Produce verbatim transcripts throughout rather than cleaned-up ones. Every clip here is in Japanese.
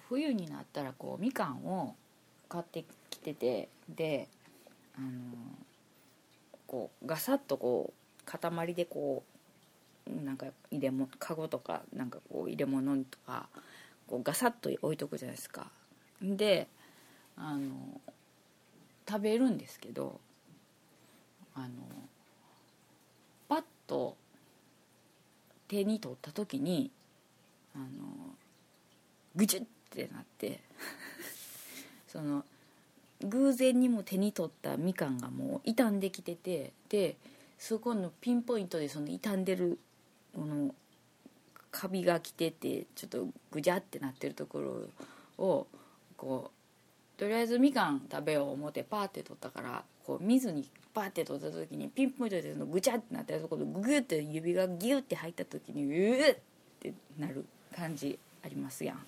冬になったらこうみかんを買ってきてて、であのこうガサッとこう塊でこうなんか入れ物カゴとかなんかこう入れ物とかこうガサッと置いとくじゃないですか。であの食べるんですけど、あのパッと手に取った時にあのぐちゅってなってその偶然にも手に取ったみかんがもう傷んできてて、でそこのピンポイントでその傷んでるこのカビが来ててちょっとぐじゃってなってるところをこうとりあえずみかん食べよう思ってパーって取ったから、こう水にパーって取った時にピンポイントでそのぐちゃってなってるところググって指がギュって入った時にうーってなる感じありますやん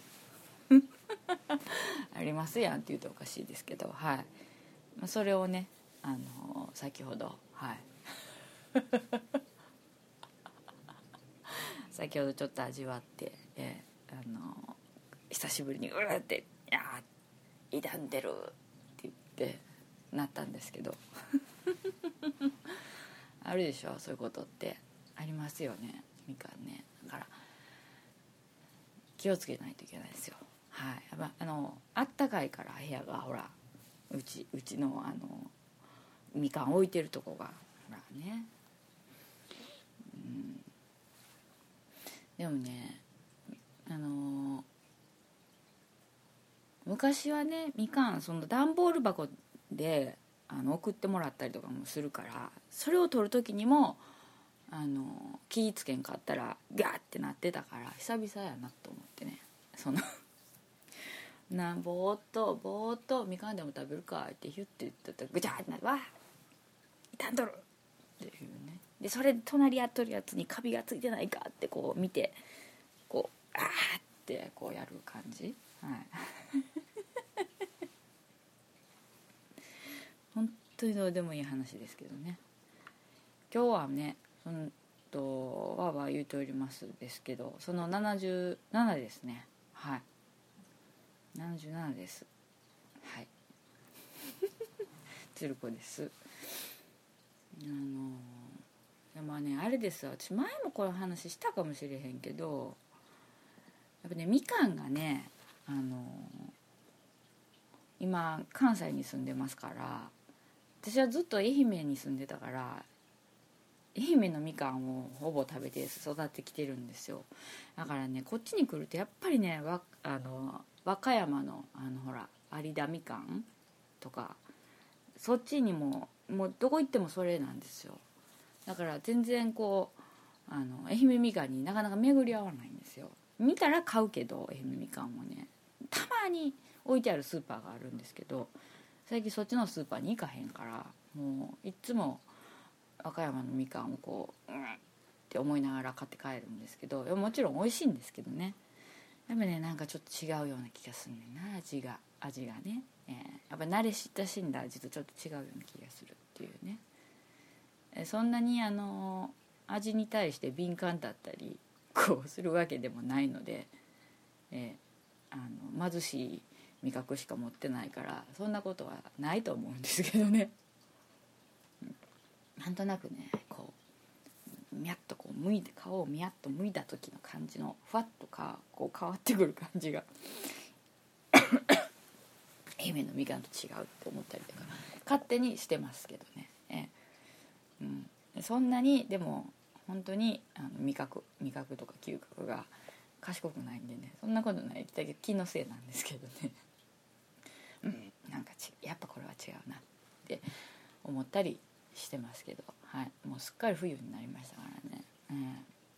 ありますやんって言うとおかしいですけど、はい、それをねあの先ほどはい先ほどちょっと味わって、えあの久しぶりにうーっていや傷んでるって言ってなったんですけどあるでしょ、そういうことってありますよね、みかんね。だから気をつけないといけないですよ。はい、あのあったかいから部屋がほらうちうちのあのみかん置いてるとこがほらね、うん、でもねあの昔はねみかんその段ボール箱であの送ってもらったりとかもするから、それを取る時にもあの気ぃつけんかったらガーってなってたから久々やなと思ってね、そのなぼーっとぼーっとみかんでも食べるかってヒュッて言ったらぐちゃってなってわ傷んどるっていうね。でそれ隣やっとるやつにカビがついてないかってこう見てこうあーってこうやる感じ、はい本当にどうでもいい話ですけどね。今日はねそのとわーわー言うておりますですけど、そのななじゅうななですね。はいななじゅうななです。はい鶴子です。あのでもねあれですよ、私前もこの話したかもしれへんけど、やっぱねみかんがねあの今関西に住んでますから、私はずっと愛媛に住んでたから愛媛のみかんをほぼ食べて育ってきてるんですよ。だからねこっちに来るとやっぱりねわあの和歌山のあのほら有田みかんとかそっちにももうどこ行ってもそれなんですよ。だから全然こうあの愛媛みかんになかなか巡り合わないんですよ。見たら買うけど愛媛みかんもねたまに置いてあるスーパーがあるんですけど、最近そっちのスーパーに行かへんからもういつも和歌山のみかんをこううんって思いながら買って帰るんですけど、もちろん美味しいんですけどね、やっぱねなんかちょっと違うような気がするねんな、味が味がね、えー、やっぱ慣れ親しんだ味とちょっと違うような気がするっていうね、えー、そんなにあの味に対して敏感だったりこうするわけでもないので、えー、あの貧しい味覚しか持ってないからそんなことはないと思うんですけどね、なんとなくねこうミャッとこう剥いて皮をミャッと剥いた時の感じのふわっとかこう変わってくる感じが愛媛のみかんと違うって思ったりとか勝手にしてますけどね、えうん、そんなにでも本当にあの味覚味覚とか嗅覚が賢くないんでね、そんなことない気のせいなんですけどねうん、なんかちやっぱこれは違うなって思ったりしてますけど、はい、もうすっかり冬になりましたからね、うん、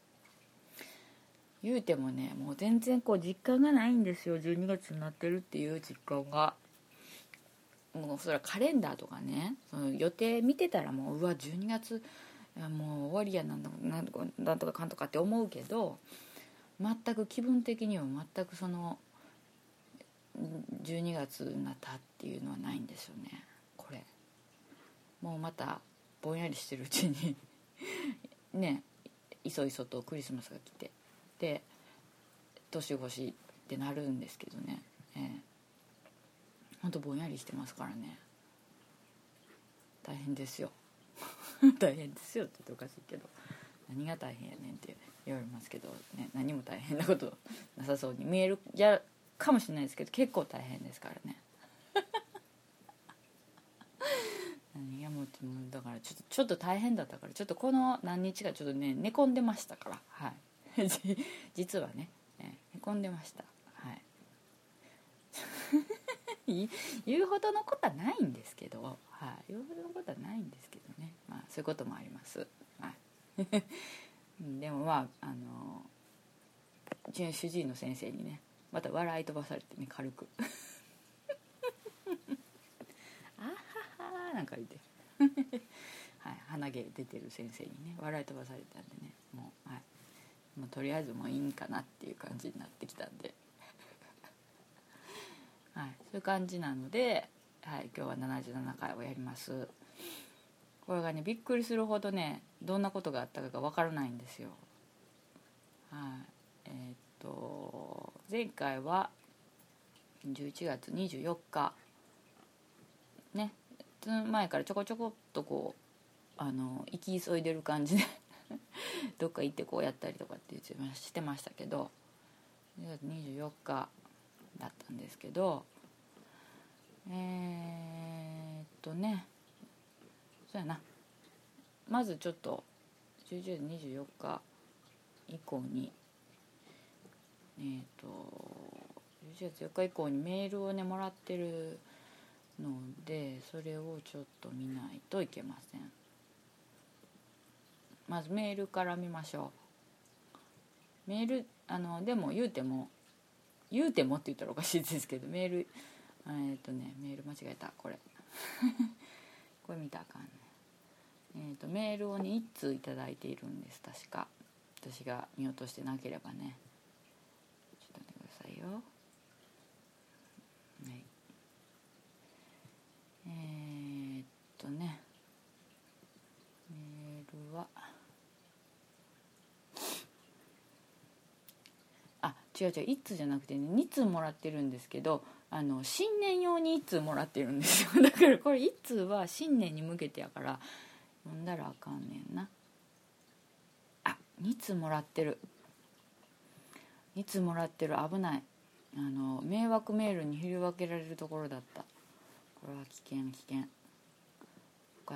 言うてもねもう全然こう実感がないんですよ、じゅうにがつになってるっていう実感が。もうそれはカレンダーとかねその予定見てたらもううわじゅうにがつもう終わりやなんとかなんとかなんとかかんとかって思うけど、全く気分的には全くそのじゅうにがつになったっていうのはないんですよね。これもうまたぼんやりしてるうちにねいそいそとクリスマスが来てで年越しってなるんですけどね、 ほんとぼんやりしてますからね。大変ですよ大変ですよって言っておかしいけど、何が大変やねんって言われますけどね、何も大変なことなさそうに見えるやかもしれないですけど、結構大変ですからね何がもうだからちょっとちょっと大変だったから、ちょっとこの何日かちょっとね寝込んでましたから、はい実はね、ね寝込んでました。はい言うほどのことはないんですけど、はい、言うほどのことはないんですけどね、まあそういうこともあります。はいでもまああのうちの主治医の先生にねまた笑い飛ばされてね、軽くあははなんか言ってはい、鼻毛出てる先生にね笑い飛ばされたんでね、もう、はい、もうとりあえずもういいんかなっていう感じになってきたんではい、そういう感じなので、はい、今日はななじゅうななかいをやります。これがねびっくりするほどねどんなことがあったかがわからないんですよ。はい、えー、っと前回はじゅういちがつにじゅうよっかね、前からちょこちょこっとこうあの行き急いでる感じでどっか行ってこうやったりとかってしてましたけど、じゅうがつにじゅうよっかだったんですけど、えー、っとねそうやな、まずちょっとじゅういちがつにじゅうよっか以降にえー、っとじゅういちがつよっか以降にメールをねもらってるので、それをちょっと見ないといけません。まずメールから見ましょう。メールあのでも言うても言うてもって言ったらおかしいですけど、メールえー、っとねメール間違えた、これこれ見たらあかんね。えー、っとメールをねいっつういただいているんです、確か。私が見落としてなければね。ちょっと待ってくださいよ。はい、えー、っとねメールはあ違う違ういっつうじゃなくてねにつうもらってるんですけど、あの新年用にいっつうもらってるんですよだからこれいっつうは新年に向けてやから読んだらあかんねんな。あにつうもらってるにつうもらってる、危ない。あの迷惑メールに振り分けられるところだった。これは危険危険。よかった、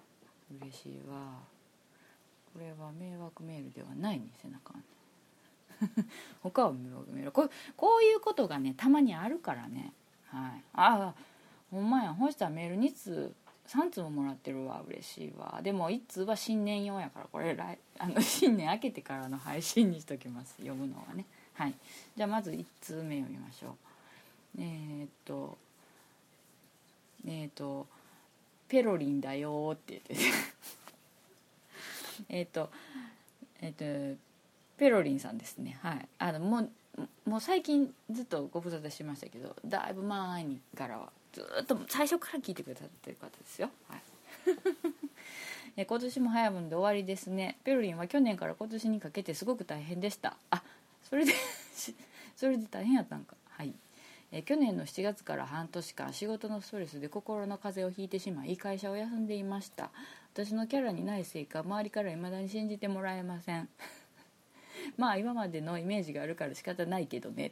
嬉しいわ。これは迷惑メールではないにせなあかんね他は迷惑メール。こう、こういうことがねたまにあるからね。はい、ああほんまや、ほしたらメールにつうさんつうももらってるわ、嬉しいわ。でもいっつうは新年用やから、これ来あの新年明けてからの配信にしときます、読むのはね。はい、じゃあまずいっつうめ読みましょう。えー、っとえー、っとペロリンだよって言ってえっとえっとペロリンさんですね。はい、あのもうもう最近ずっとご無沙汰しましたけど、だいぶ前にからはずっと最初から聞いてくださってる方ですよ。はいえ今年も早いもので終わりですね。ペロリンは去年から今年にかけてすごく大変でした。あ、それでそれで大変やったんか。はい。え去年のしちがつから半年間仕事のストレスで心の風邪をひいてしまい会社を休んでいました。私のキャラにないせいか周りから未だに信じてもらえませんまあ今までのイメージがあるから仕方ないけどね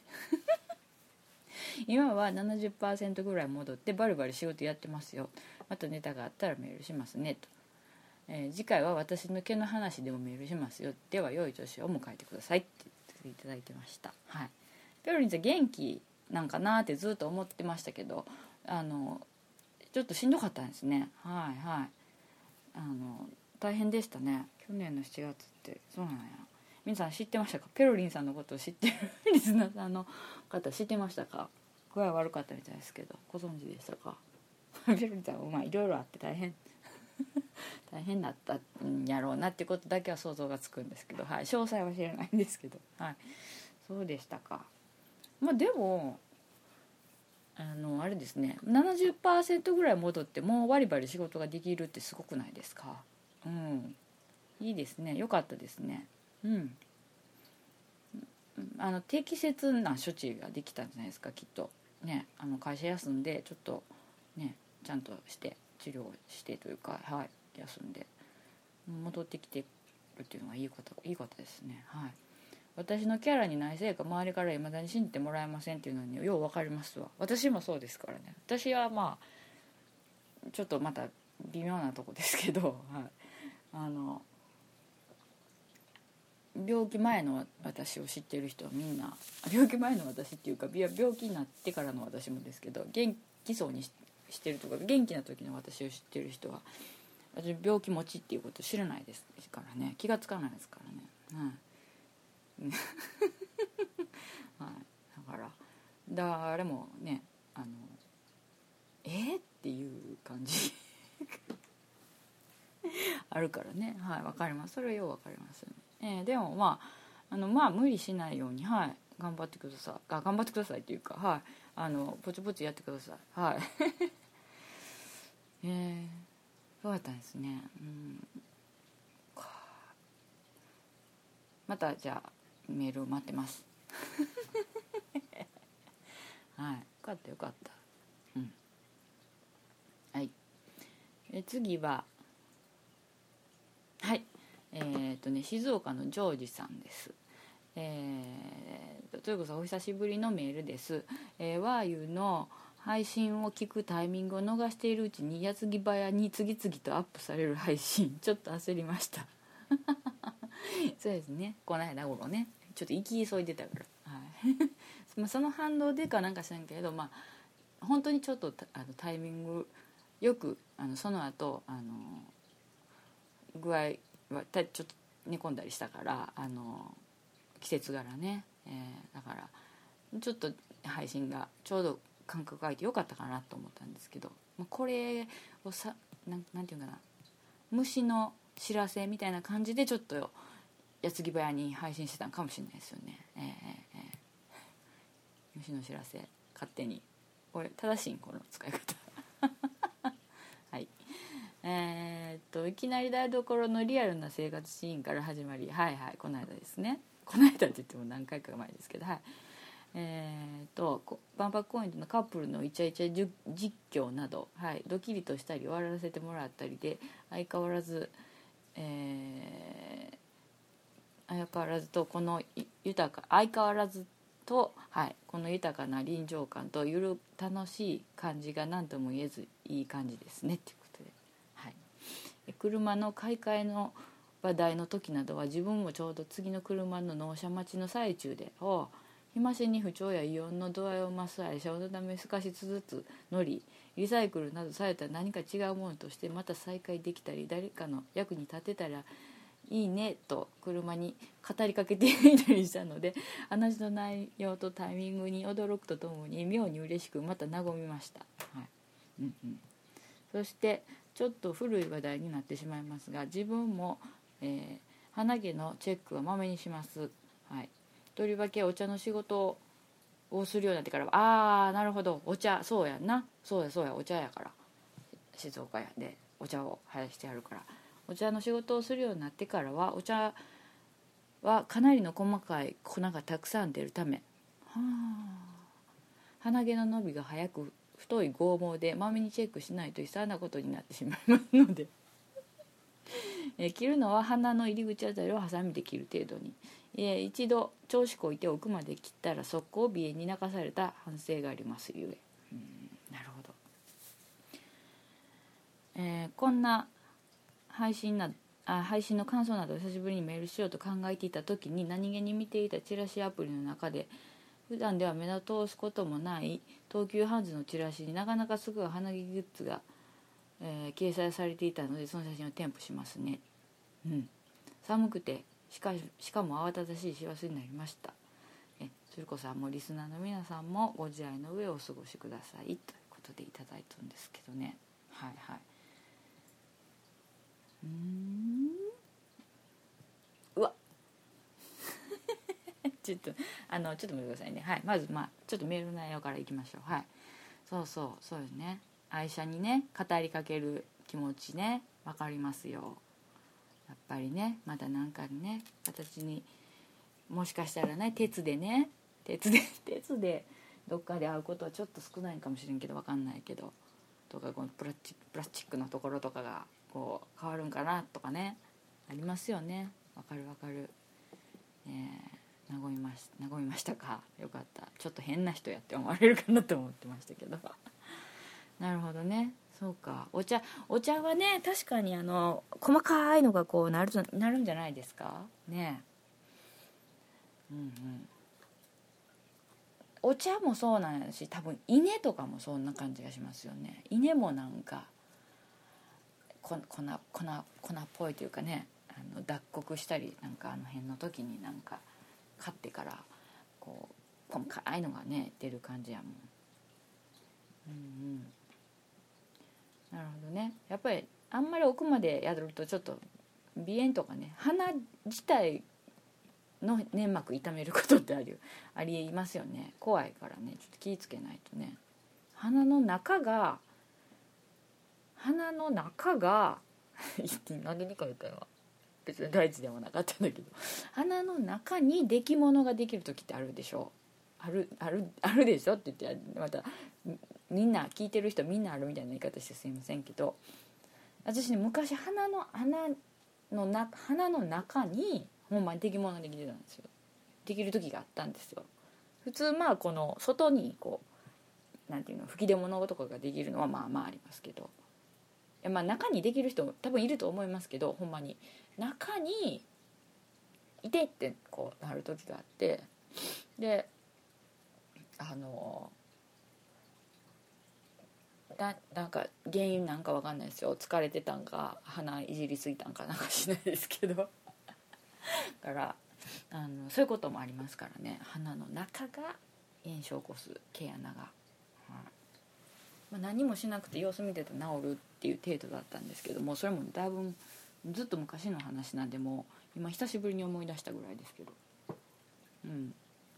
今は ななじゅっパーセント ぐらい戻ってバリバリ仕事やってますよ。またネタがあったらメールしますねと、えー、次回は私の毛の話でもメールしますよ。では良い年を迎えてくださいって言っていただいてました。はい。ペロリンちゃん元気なんかなってずっと思ってましたけど、あのちょっとしんどかったんですね。はいはい、あの大変でしたね。去年のしちがつってそうなんや。皆さん知ってましたか？ペロリンさんのことを知ってるリスナーさんの方知ってましたか？具合悪かったみたいですけどご存知でしたか？ペロリンさんはまあいろいろあって大変大変だったんやろうなってことだけは想像がつくんですけど、はい、詳細は知らないんですけど、はい、そうでしたか。まあでもあのあれですね、ななじゅっパーセント ぐらい戻ってもうバリバリ仕事ができるってすごくないですか？うん、いいですね、良かったですね。うん、あの適切な処置ができたんじゃないですか、きっと。 ねあの会社休んでちょっとねちゃんとして治療してというか、はい、休んで戻ってきてるっていうのはいいこといいことですね。はい。私のキャラにないせいか周りから未だに信じてもらえませんっていうのによう分かりますわ。私もそうですからね。私はまあちょっとまた微妙なとこですけど、はい、あの病気前の私を知ってる人はみんな、病気前の私っていうか病気になってからの私もですけど、元気そうにしてるとか元気な時の私を知ってる人は私病気持ちっていうこと知らないですからね、気がつかないですからね、はいはい、だから誰もねあのえー、っていう感じあるからね、はい、わかります。それはようわかりますよね、えー、でもまああのまあ無理しないように、はい、頑張ってください。あ頑張ってくださいっていうか、はい、あのポチポチやってください。はいえー、そうだったんですね。うんまたじゃあメールを待ってますはい、よかったよかった。うんはいえ次ははいえー、っとね静岡のジョージさんです。えー、ということでお久しぶりのメールです。えー、ワーユの配信を聞くタイミングを逃しているうちに矢継ぎ早に次々とアップされる配信ちょっと焦りましたそうですね、この間頃ねちょっと行き急いでたから、はい、その反動でかなんか知らんけど、まあ本当にちょっとあのタイミングよくあのその後あの具合はちょっと寝込んだりしたからあの季節柄ね、えー、だからちょっと配信がちょうど間隔空いてよかったかなと思ったんですけど、これをさな ん, なんていうかな虫の知らせみたいな感じでちょっと矢継ぎ早に配信してたのかもしれないですよね、えーえー、虫の知らせ勝手にこれ正しいんこの使い方はいえー、っといきなり台所のリアルな生活シーンから始まり、はいはいこの間ですねこの間って言っても何回か前ですけど、はいえー、と万博公園でのカップルのイチャイチャ実況など、はい、ドキリとしたり笑わせてもらったりで相変わらず、えー、相変わらずとこの豊か相変わらずと、はい、この豊かな臨場感とゆる楽しい感じが何とも言えずいい感じですねっていうことで、はい、車の買い替えの話題の時などは自分もちょうど次の車の納車待ちの最中でお日増しに不調や異音の度合いを増す愛車をのため少しずつ乗りリサイクルなどされたら何か違うものとしてまた再開できたり誰かの役に立てたらいいねと車に語りかけてみたりしたので話の内容とタイミングに驚くとともに妙に嬉しくまた和みました、はいうんうん、そしてちょっと古い話題になってしまいますが自分も、えー、鼻毛のチェックはまめにします、はい、とりわけお茶の仕事をするようになってからああなるほどお茶そうやんなそうやそうやお茶やから静岡やでお茶を生やしてあるからお茶の仕事をするようになってからはお茶はかなりの細かい粉がたくさん出るため、はあ、鼻毛の伸びが早く太い剛毛でまめにチェックしないと悲惨なことになってしまいますのでえ切るのは鼻の入り口あたりをハサミで切る程度に、え一度調子こいて奥まで切ったら速攻鼻炎に泣かされた反省がありますゆえ、うんなるほど、えー、こんな配信なあ配信の感想など久しぶりにメールしようと考えていた時に何気に見ていたチラシアプリの中で普段では目を通すこともない東急ハンズのチラシになかなかすぐ鼻毛グッズが、えー、掲載されていたのでその写真を添付しますね、うん、寒くてしかしかも慌ただしい師走になりました。え鶴子さんもリスナーの皆さんもご自愛の上お過ごしくださいということでいただいたんですけどね、はいはいうーんうわちょっとあのちょっと待ってくださいね、はい、まずまあちょっとメールの内容からいきましょう。はいそうそうそうよね、愛車にね語りかける気持ちね分かりますよ。やっぱりねまだなんかにね形にもしかしたらね鉄でね鉄で鉄でどっかで会うことはちょっと少ないかもしれんけど分かんないけどとかこのプラスチック、プラスチックのところとかがこう変わるんかなとかねありますよね。わかるわかる、えー、和みまし和みましたか。よかった。ちょっと変な人やって思われるかなと思ってましたけどなるほどね。そうか。お茶お茶はね確かにあの細かいのがこうなるとなるんじゃないですかね。うんうん。お茶もそうなんやし多分稲とかもそんな感じがしますよね。稲もなんか粉粉粉粉っぽいというかねあの脱穀したりなんかあの辺の時になんか買ってからこう細かいのがね出る感じやもん。うんうん。なるほどね。やっぱりあんまり奥までやるとちょっと鼻炎とかね鼻自体の粘膜痛めることってあるありえますよね。怖いからねちょっと気ぃつけないとね。鼻の中が鼻の中が何にか言ったよ。別に大事でもなかったんだけど鼻の中に出来物ができる時ってあるでしょ。あるあるあるでしょって言ってまたみんな聞いてる人みんなあるみたいな言い方してすいませんけど私ね昔鼻の鼻のな鼻の中にほんまに出来物ができてたんですよ。できる時があったんですよ。普通まあこの外にこうなんていうの吹き出物とかができるのはまあまあありますけどいやまあ中にできる人も多分いると思いますけどほんまに中にいてってこうなる時があってであのな, なんか原因なんかわかんないですよ。疲れてたんか鼻いじりすぎたんかなんかしないですけどだからあのそういうこともありますからね。鼻の中が炎症を起こす毛穴が、はいまあ、何もしなくて様子見てて治るっていう程度だったんですけどもそれもだいぶずっと昔の話なんでもう今久しぶりに思い出したぐらいですけどうん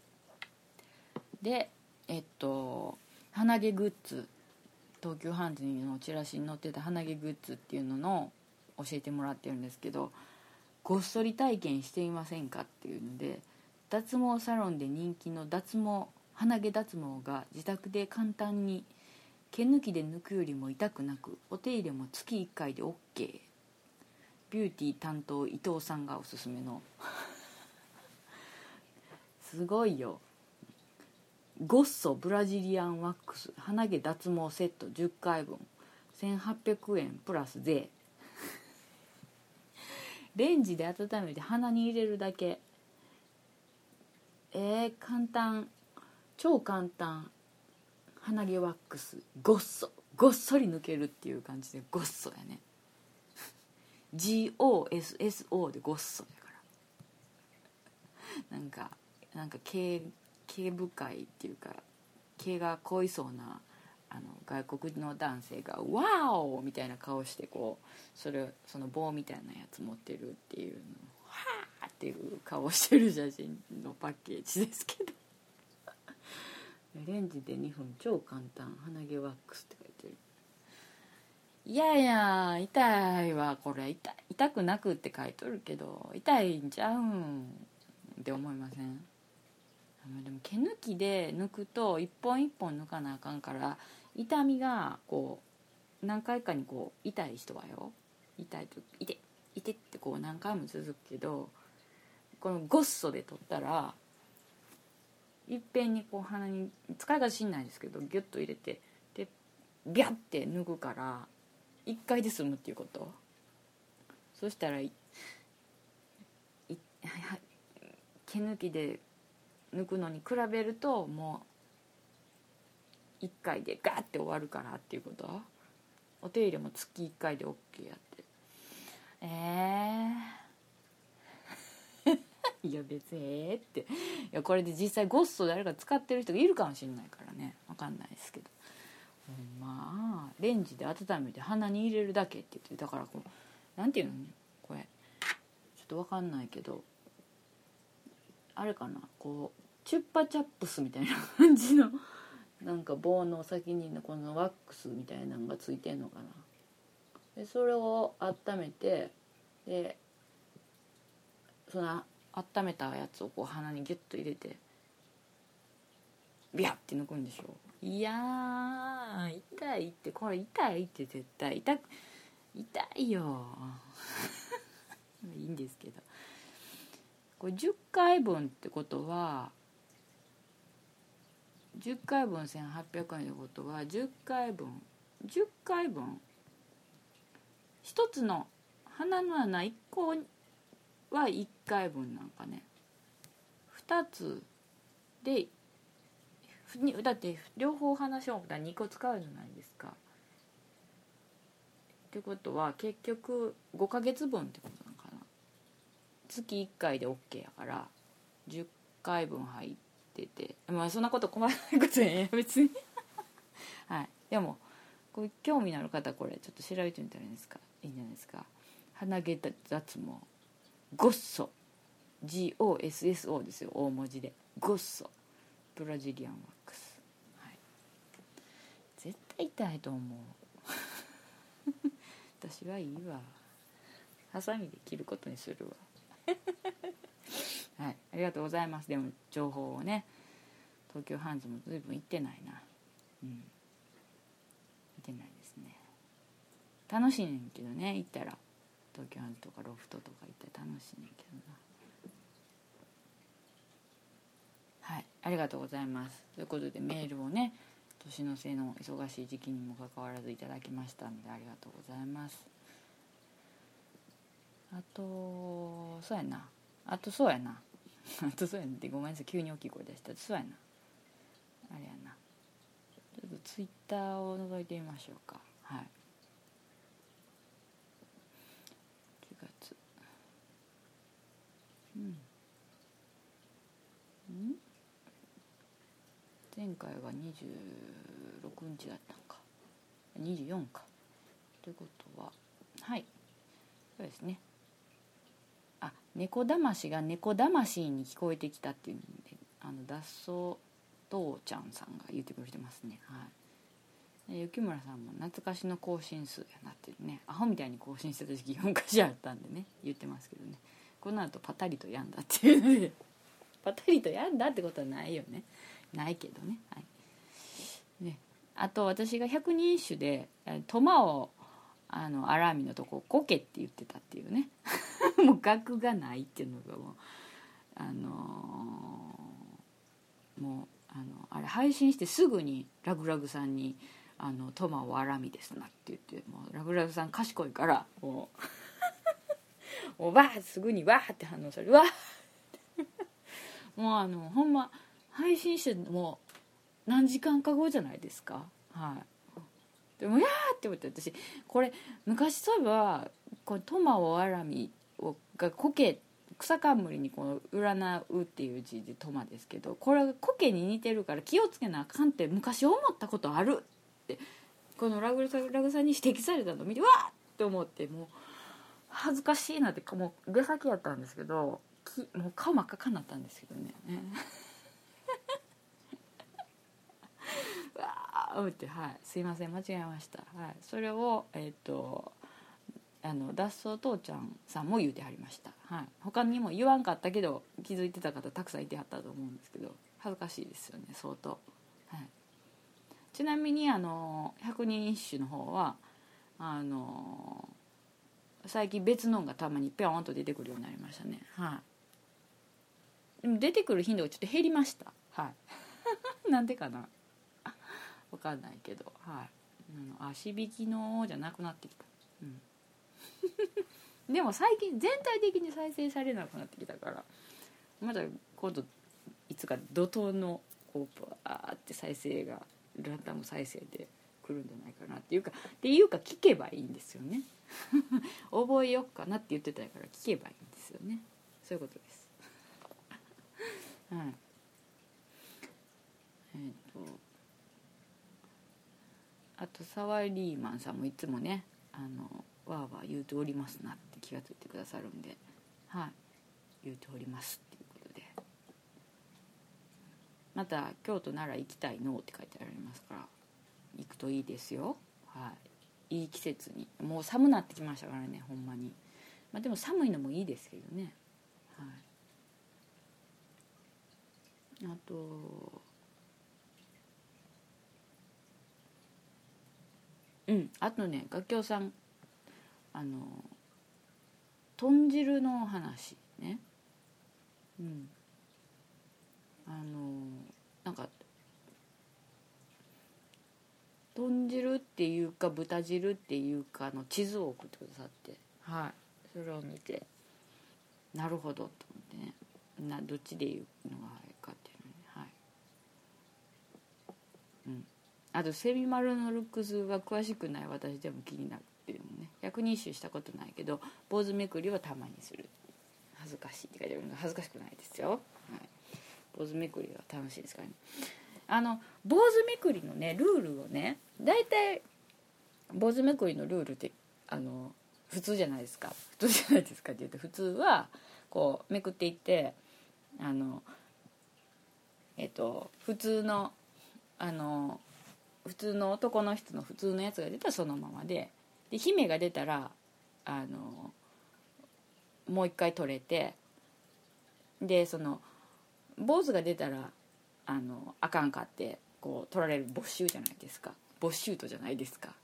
でえっと鼻毛グッズ東急ハンズのチラシに載ってた鼻毛グッズっていうのの教えてもらってるんですけどごっそり体験していませんかっていうので脱毛サロンで人気の脱毛鼻毛脱毛が自宅で簡単に毛抜きで抜くよりも痛くなくお手入れも月いっかいで OK ビューティー担当伊藤さんがおすすめのすごいよ。ゴッソブラジリアンワックス鼻毛脱毛セットじゅっかいぶんせんはっぴゃくえんプラス税レンジで温めて鼻に入れるだけ。えー、簡単超簡単鼻毛ワックスごっそごっそり抜けるっていう感じでごっそやねジーオーエスエスオー でごっそだからなんかなんか毛毛深いっていうか毛が濃いそうなあの外国の男性がワオみたいな顔してこうそれその棒みたいなやつ持ってるっていうのはーっていう顔してる写真のパッケージですけどレンジでにふん超簡単鼻毛ワックスって書いてる。いやいや痛いわこれ 痛, 痛くなくって書いとるけど痛いんちゃうんって思いません？でも毛抜きで抜くと一本一本抜かなあかんから痛みがこう何回かにこう痛い人はよ痛いと痛い痛いってこう何回も続くけどこのゴッソで取ったらいっぺんにこう鼻に使い方しんないですけどギュッと入れてでビャッて抜くからいっかいで済むっていうこと。そしたらいい毛抜きで抜くのに比べるともういっかいでガーって終わるからっていうこと。お手入れも月いっかいで OK やってえーいや別にええっていやこれで実際ゴッソ誰か使ってる人がいるかもしれないからね分かんないですけどまあレンジで温めて鼻に入れるだけって言ってだからこうなんていうのこれちょっと分かんないけどあれかなこうチュッパチャップスみたいな感じのなんか棒の先にこのワックスみたいなのがついてんのかな。でそれを温めてでその温めたやつをこう鼻にギュッと入れてビャッて抜くんでしょ。いやー痛いって、これ痛いって絶対痛痛いよいいんですけど、これじゅっかいぶんってことはじゅっかいぶんせんはっぴゃくえんってことはじゅっかいぶんじゅっかいぶんひとつの鼻の穴いっこはいっかいぶんなんかね、ふたつでだって両方鼻しよう思ったらにこ使うじゃないですか。ってことは結局ごかげつぶんってことなのかな。月いっかいで OK やからじゅっかいぶん入ってて、まあそんなこと困らないことや別にはい、でもこう興味のある方はこれちょっと調べてみたらいいんですか、いいんじゃないですか。鼻毛脱毛ゴッソ ジーオーエスエスオー ですよ、大文字でゴッソブラジリアンワックス、はい、絶対痛いと思う私はいいわ、ハサミで切ることにするわはい、ありがとうございます。でも情報をね、東京ハンズも随分行ってないな、うん、行ってないですね。楽しいねんけどね、行ったら東京ハンズとかロフトとか行ったら楽しいねんけどな。はい、ありがとうございます。ということでメールをね、年の瀬の忙しい時期にもかかわらずいただきましたのでありがとうございます。あとそうやなあとそうやなあとそうやなってごめんなさい、急に大きい声出した。そうやなあれやな、ちょっとツイッターを覗いてみましょうか。はい、じゅうがつうんん前回がにじゅうろくにちだったんか、にじゅうよんかということは、はいそうですね。あ、猫だましが猫だましに聞こえてきたっていうんで、あの脱走父ちゃんさんが言ってくれてますね。はい、雪村さんも懐かしの更新数やなってね、アホみたいに更新してた時期が昔あったんでね言ってますけどね、この後パタリとやんだっていうのでパタリとやんだってことはないよね、ないけどね、はい、ね、あと私が百人一首でトマをあのアラーミのとこコケって言ってたっていうねもう額がないっていうのがもうあのー、もうあのあれ配信してすぐにラグラグさんにあのトマはアラミですなって言って、もうラグラグさん賢いからもうもうわーすぐにわーって反応されるわもうあのほんま配信してもう何時間か後じゃないですか。はいでもやーって思って私これ昔そういえばこれトマをアラミをがコケ草冠にこの占うっていう字でトマですけど、これコケに似てるから気をつけなあかんって昔思ったことあるってこのラグラグさんに指摘されたのを見てわーって思って、もう恥ずかしいなってもう出先やったんですけどきもう顔真っ赤になったんですけどねわー思って、はい、すいません間違えました、はい、それをえっ、ー、とあの脱走父ちゃんさんも言うてはりました、はい、他にも言わんかったけど気づいてた方たくさんいてはったと思うんですけど恥ずかしいですよね相当、はい、ちなみにあの百人一首の方はあの最近別のがたまにピョーンと出てくるようになりましたね、はい、でも出てくる頻度がちょっと減りました、はいなんでかな分かんないけど、はい、あの足引きのじゃなくなってきた、うんでも最近全体的に再生されなくなってきたからまだ今度いつか怒涛のこうバーって再生がランダム再生で来るんじゃないかなっていうかっていうか聞けばいいんですよね覚えよっかなって言ってたから聞けばいいんですよね、そういうことですはいえっ、ー、とあとサワイリーマンさんもいつもねあのわーわー言うておりますなって気がついてくださるんで、はい、言うておりますっていうことで、また京都なら行きたいのって書いてありますから行くといいですよ、はい、いい季節にもう寒なってきましたからねほんまに、まあ、でも寒いのもいいですけどね、はい、あとうんあとね楽器さんあの豚汁の話ね。うんあのなんか豚汁っていうか豚汁っていうかの地図を送ってくださって、はい、それを見てなるほどと思ってね、などっちで言うのがいいかっていうのね、はい、うん、あとセミマルのルックスが詳しくない私でも気になるっていうのね、百人一首したことないけど坊主めくりはたまにする、恥ずかしいって書いてあるのが恥ずかしくないですよ、はい、坊主めくりは楽しいですからね。あの坊主めくりのねルールをね、だいたい坊主めくりのルールってあの普通じゃないですか、普通じゃないですかって言うと、普通はこうめくっていってあのえっと普通のあの普通の男の人の普通のやつが出たらそのままで、で姫が出たらあのもう一回取れて、でその坊主が出たらあのあかんかってこう取られる没収じゃないですか、没収とじゃないですか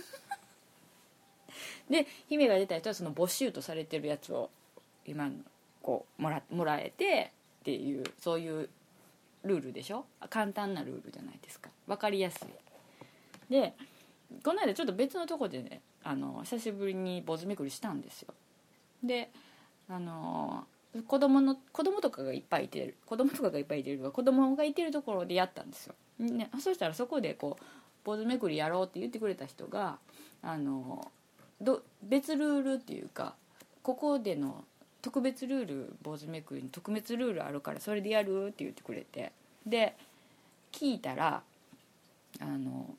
で姫が出た人はその没収とされてるやつを今こうもらもらえてっていう、そういうルールでしょ、簡単なルールじゃないですか、分かりやすい。でこの間ちょっと別のとこでねあの久しぶりに坊主めくりしたんですよ。であの子供の子供とかがいっぱいいてる子供とかがいっぱいいてる子供がいてるところでやったんですよ、ね、そしたらそこでこう坊主めくりやろうって言ってくれた人があのど別ルールっていうか、ここでの特別ルール、坊主めくりに特別ルールあるからそれでやるって言ってくれて、で聞いたらあの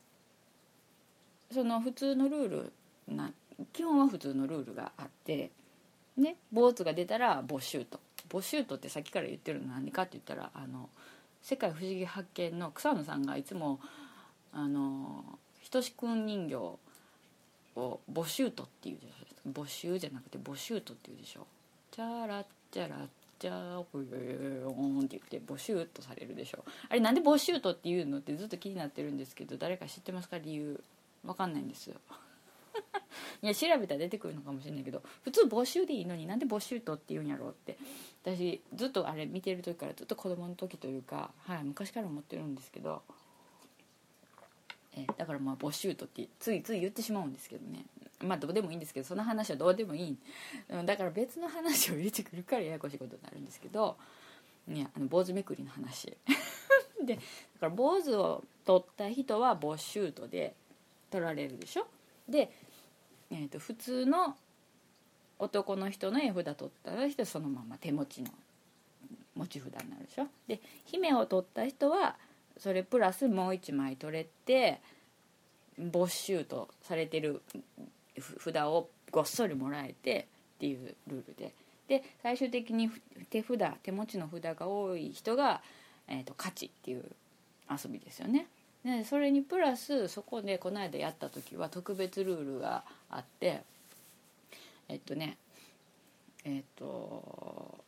その普通のルールな基本は普通のルールがあってね、坊主が出たらボシュート、ボシュートってさっきから言ってるのは何かって言ったら、あの世界不思議発見の草野さんがいつもあのひとしくん人形をボシュートっていうでしょ、ボシューじゃなくてボシュートっていうでしょ、チャラッチャラッチャーホヨヨーンって言ってボシュートされるでしょ、あれなんでボシュートっていうのってずっと気になってるんですけど、誰か知ってますか、理由。わかんないんですよいや調べたら出てくるのかもしれないけど、普通募集でいいのになんで募集とって言うんやろうって、私ずっとあれ見てる時からずっと子供の時というか、はい、昔から思ってるんですけど、えだからまあ募集とってついつい言ってしまうんですけどね、まあどうでもいいんですけど、その話はどうでもいい、だから別の話を入れてくるからややこしいことになるんですけど、いやあの坊主めくりの話でだから坊主を取った人はボシュートで取られるでしょ。でえー、と普通の男の人の絵札取った人はそのまま手持ちの持ち札になるでしょ。で姫を取った人はそれプラスもういちまい取れて没収とされてる札をごっそりもらえてっていうルールで、で最終的に手札手持ちの札が多い人が、えー、と勝ちっていう遊びですよね。でそれにプラスそこでこの間やった時は特別ルールがあって、えっとねえっと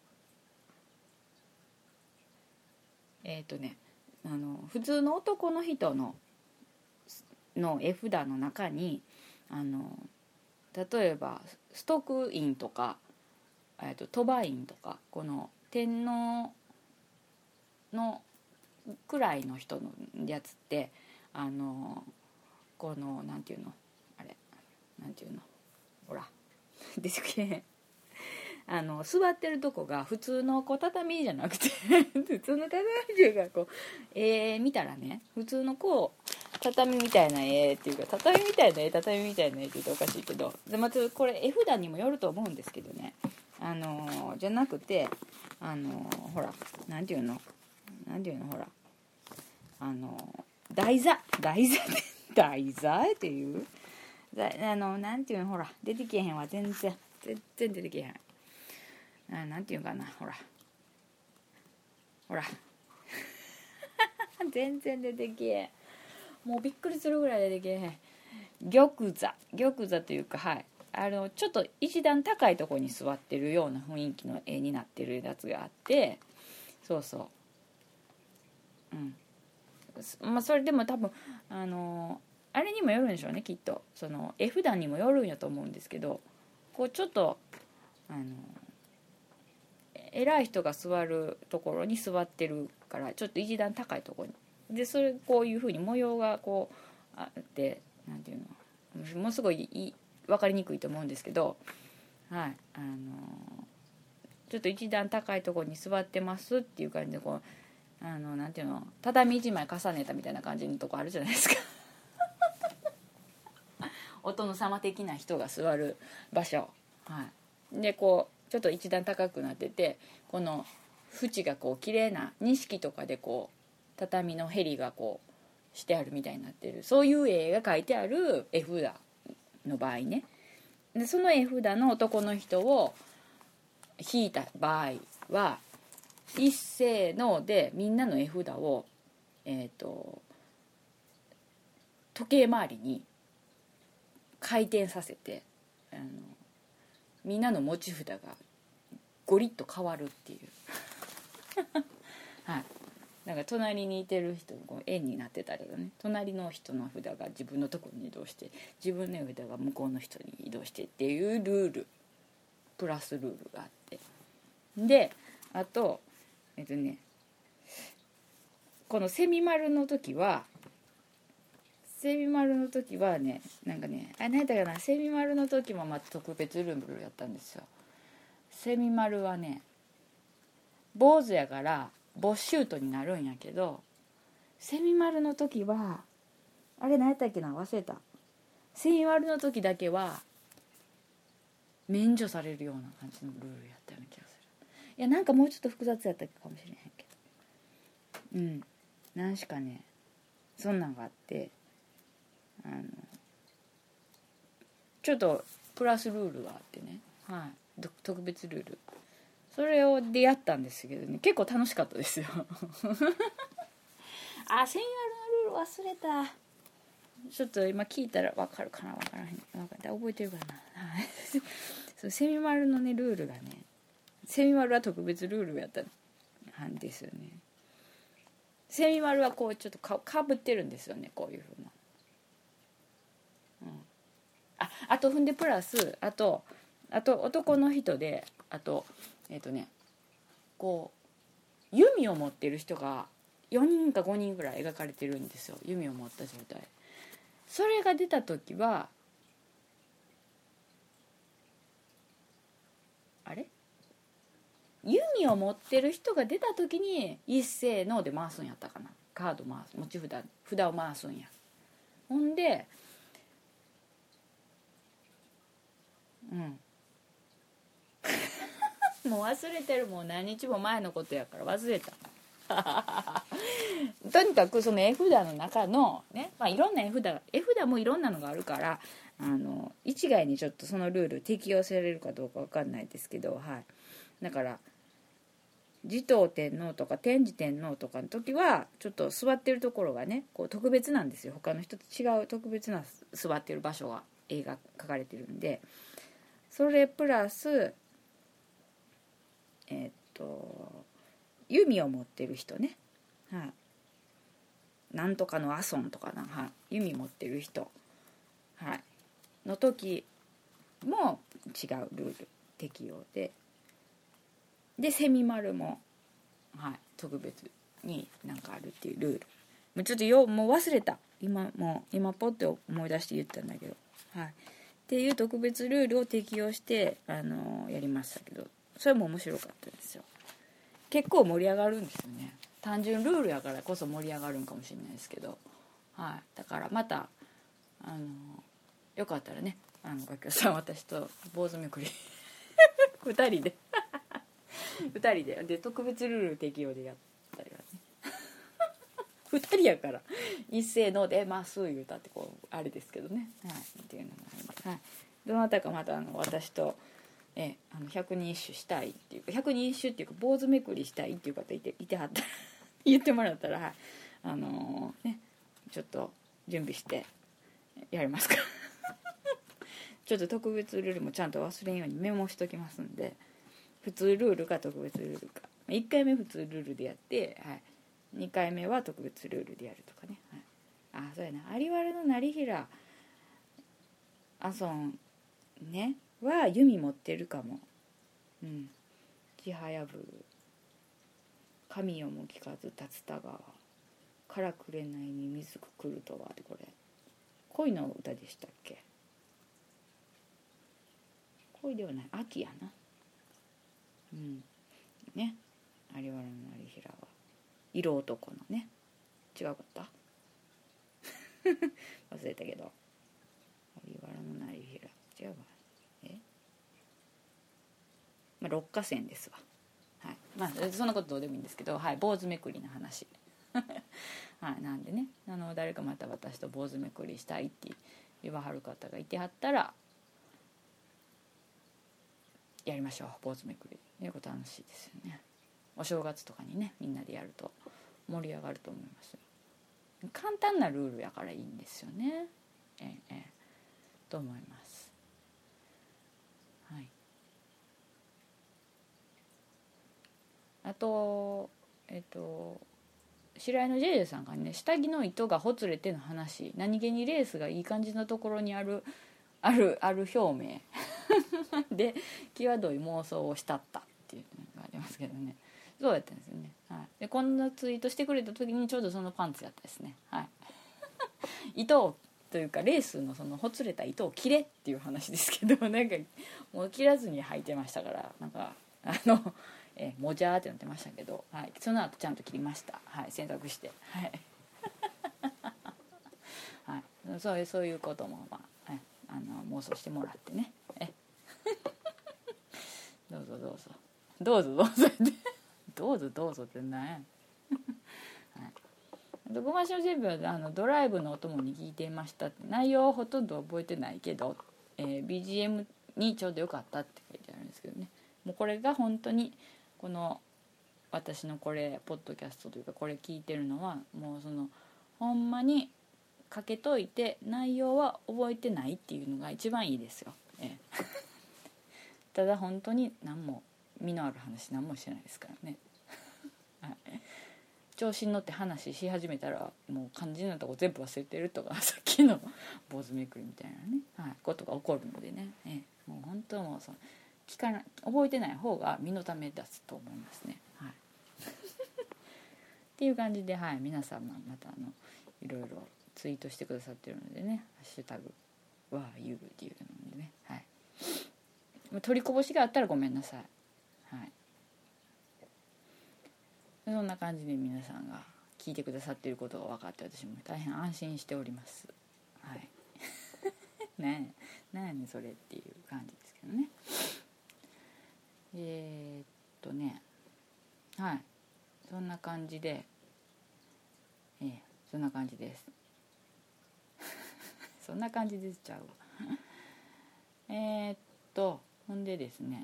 えっとねあの普通の男の人のの絵札の中にあの例えばストックインとか、えっと鳥羽院とかこの天皇のくらいの人のやつってあのこのなんていうのあれなんていうのほら出てきてあの座ってるとこが普通のこう畳じゃなくて普通の畳っていうかこう絵見たらね普通のこう畳みたいな絵っていうか畳みたいな絵畳みたいな絵って言うとおかしいけど、でまたこれ絵札にもよると思うんですけどね、あのじゃなくてあのほらなんていうのなんていうのほらあの台座台座台座っていうあのなんていうのほら出てけへんわ全然全然出てけへんあなんていうかなほらほら全然出てけへん、もうびっくりするぐらい出てけへん。玉座玉座というか、はいあのちょっと一段高いところに座ってるような雰囲気の絵になってるやつがあって、そうそううんまあそれでも多分あのあれにもよるんでしょうね、きっとその絵札にもよるんやと思うんですけど、こうちょっとあの偉い人が座るところに座ってるからちょっと一段高いところにで、それこういう風に模様がこうあってなんていうの、もうすごいいい分かりにくいと思うんですけど、はい、あのちょっと一段高いところに座ってますっていう感じでこうあのなんていうの、畳一枚重ねたみたいな感じのとこあるじゃないですかお殿様的な人が座る場所、はい、でこうちょっと一段高くなってて、この縁がこう綺麗な錦とかでこう畳のへりがこうしてあるみたいになってる、そういう絵が描いてある絵札の場合ね、でその絵札の男の人を引いた場合は一斉のでみんなの絵札を、えーと、時計回りに回転させてあのみんなの持ち札がゴリッと変わるっていうはい、なんか隣にいてる人が円になってたりとかね、隣の人の札が自分のところに移動して自分の札が向こうの人に移動してっていうルールプラスルールがあって、であとえっとねこのセミ丸の時はセミ丸の時はねなんかねあれ何やったかな、セミ丸の時もまた特別ルールやったんですよ。セミ丸はね坊主やからボッシュートになるんやけど、セミ丸の時はあれ何やったっけな、忘れた。セミ丸の時だけは免除されるような感じのルールやったような気がする。いやなんかもうちょっと複雑やったかもしれへんけど、うん何しかねそんなんがあって、あのちょっとプラスルールがあってね、はい、特別ルールそれをでやったんですけどね、結構楽しかったですよあ、セミ丸のルール忘れた。ちょっと今聞いたら分かるかな、分からへん、分かる、覚えてるかなそうセミ丸のねルールがね、セミ丸は特別ルールやったんですよね。セミ丸はこうちょっと か, かぶってるんですよね、こういうふうな、うん、あ, あと踏んでプラスあとあと男の人であとえっ、ー、とねこう弓を持ってる人がよにんかごにんぐらい描かれてるんですよ、弓を持った状態。それが出た時はあれ弓を持ってる人が出た時に一斉ので回すんやったかな、カード回す、持ち札札を回すんや。ほんでうんもう忘れてる、もう何日も前のことやから忘れたとにかくその絵札の中のね、まあ、いろんな絵札絵札もいろんなのがあるから、あの一概にちょっとそのルール適用されるかどうか分かんないですけど、はい、だから持統天皇とか天智天皇とかの時はちょっと座ってるところがねこう特別なんですよ、他の人と違う特別な座ってる場所が絵が描かれてるんで、それプラスえー、っと弓を持ってる人ね、はい、なんとかの阿孫とかな、はい、弓持ってる人、はい、の時も違うルール適用で、でセミ丸も、はい、特別になんかあるっていうルール、もうちょっとよもう忘れた、今もう今ポッて思い出して言ったんだけど、はい、っていう特別ルールを適用して、あのー、やりましたけど、それも面白かったですよ。結構盛り上がるんですよね。単純ルールやからこそ盛り上がるんかもしれないですけど、はい、だからまたあのよかったらね、あの楽器さん私と坊主めくりふたりでふたりでで特別ルール適用でやったりはねふたりやから一斉のでまっすぐ言うたってこうあれですけどね、はい、っていうのもあります、はい、どなたかまたあの私とえあの百人一首したいっていうか百人一首っていうか坊主めくりしたいっていう方いていてはったら言ってもらったら、はい、あのー、ねちょっと準備してやりますかちょっと特別ルールもちゃんと忘れんようにメモしときますんで、普通ルールか特別ルールか、いっかいめ普通ルールでやって、はい、にかいめは特別ルールでやるとかね、はい、 あそうやな、有原の成平阿尊ねは弓持ってるかも。うんちはやぶる神よも聞かず竜田川からくれないに水くくるとはって、これ恋の歌でしたっけ。恋ではない、秋やな。うんね、有原の成平は色男のね、違うかった忘れたけど、有原の成平違うわ、えまあ六花線ですわ。はい、まあそんなことどうでもいいんですけど、はい、坊主めくりの話はい、なんでね、あの誰かまた私と坊主めくりしたいって言わはる方がいてはったらやりましょう。坊主めくりね、これ楽しいですよね。お正月とかにねみんなでやると盛り上がると思いますよ。簡単なルールやからいいんですよね。ええええと思います。はい。あとえっと白井の ジェイジェイ さんがね、下着の糸がほつれての話、何気にレースがいい感じのところにあるあるある表明で際どい妄想をしたったっていうのがありますけどね。そうやったんですよね、はい、でこんなツイートしてくれた時にちょうどそのパンツやったですね。はい糸をというかレースのそのほつれた糸を切れっていう話ですけど、なんかもう切らずに履いてましたから、なんかあのえもじゃーってなってましたけど、はい、その後ちゃんと切りました、はい、洗濯して、はいはい、そういうそういうことも、まあ、あの妄想してもらってね、えどうぞどうぞどうぞどうぞってどうぞどうぞって何や、はい、ごましの準備はあのドライブのお供に聞いていましたって、内容はほとんど覚えてないけど、えー、ビージーエム にちょうどよかったって書いてあるんですけどね、もうこれが本当にこの私のこれポッドキャストというかこれ聞いてるのはもうそのほんまにかけといて内容は覚えてないっていうのが一番いいですよ、ええ、ただ本当に何も身のある話何もしてないですからね、はい、調子に乗って話し始めたらもう肝心なとこ全部忘れてるとかさっきの坊主めくりみたいなね、はい、ことが起こるのでね、ええ、もう本当もうその聞かな覚えてない方が身のためだと思いますね、はい、っていう感じで、はい、皆さんまたあのいろいろツイートしてくださってるのでね、ハッシュタグはゆうっていうのでね、はい、取りこぼしがあったらごめんなさい、はい、そんな感じで皆さんが聞いてくださっていることが分かって私も大変安心しております、はいねえ何やねんそれっていう感じですけどね。えー、っとねはいそんな感じで、えー、そんな感じですそんな感じでちゃうえーっとほんでですね、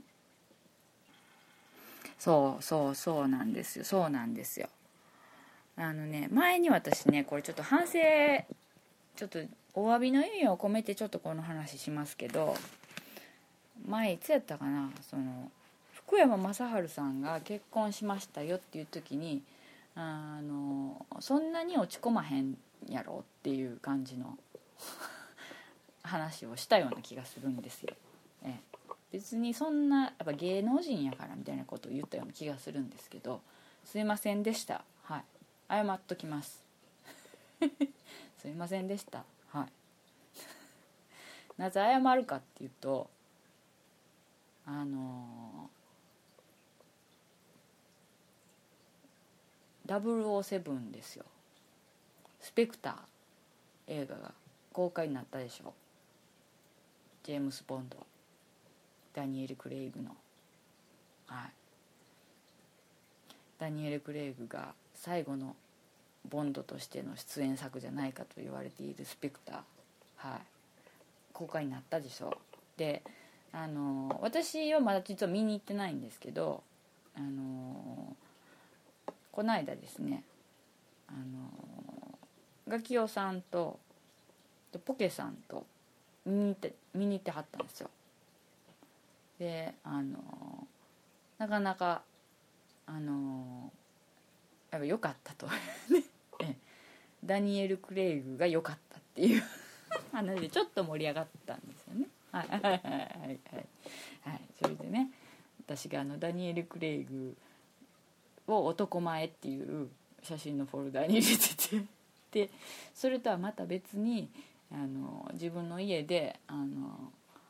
そうそうそうなんですよそうなんですよあのね前に私ねこれちょっと反省ちょっとお詫びの意味を込めてちょっとこの話しますけど、前いつやったかな、その福山雅治さんが結婚しましたよっていう時にあのそんなに落ち込まへんやろっていう感じの話をしたような気がするんですよ、ええ、別にそんなやっぱ芸能人やからみたいなことを言ったような気がするんですけど、すいませんでした、はい、謝っときますすいませんでした、はいなぜ謝るかっていうとあのダブルオーセブンですよ、スペクター映画が公開になったでしょ、ジェームス・ボンドダニエル・クレイグの、はい、ダニエル・クレイグが最後のボンドとしての出演作じゃないかと言われているスペクター、はい、公開になったでしょ。であの私はまだ実は見に行ってないんですけど、あのこの間ですね、あのガキオさんとポケさんと見に行って見に行ってはったんですよ。であのなかなかあのやっぱ良かったとダニエル・クレイグが良かったっていう話でちょっと盛り上がったんですよね。はいはいはいはいはい、はい、それでね、私があのダニエル・クレイグを男前っていう写真のフォルダに入れててでそれとはまた別にあの自分の家であの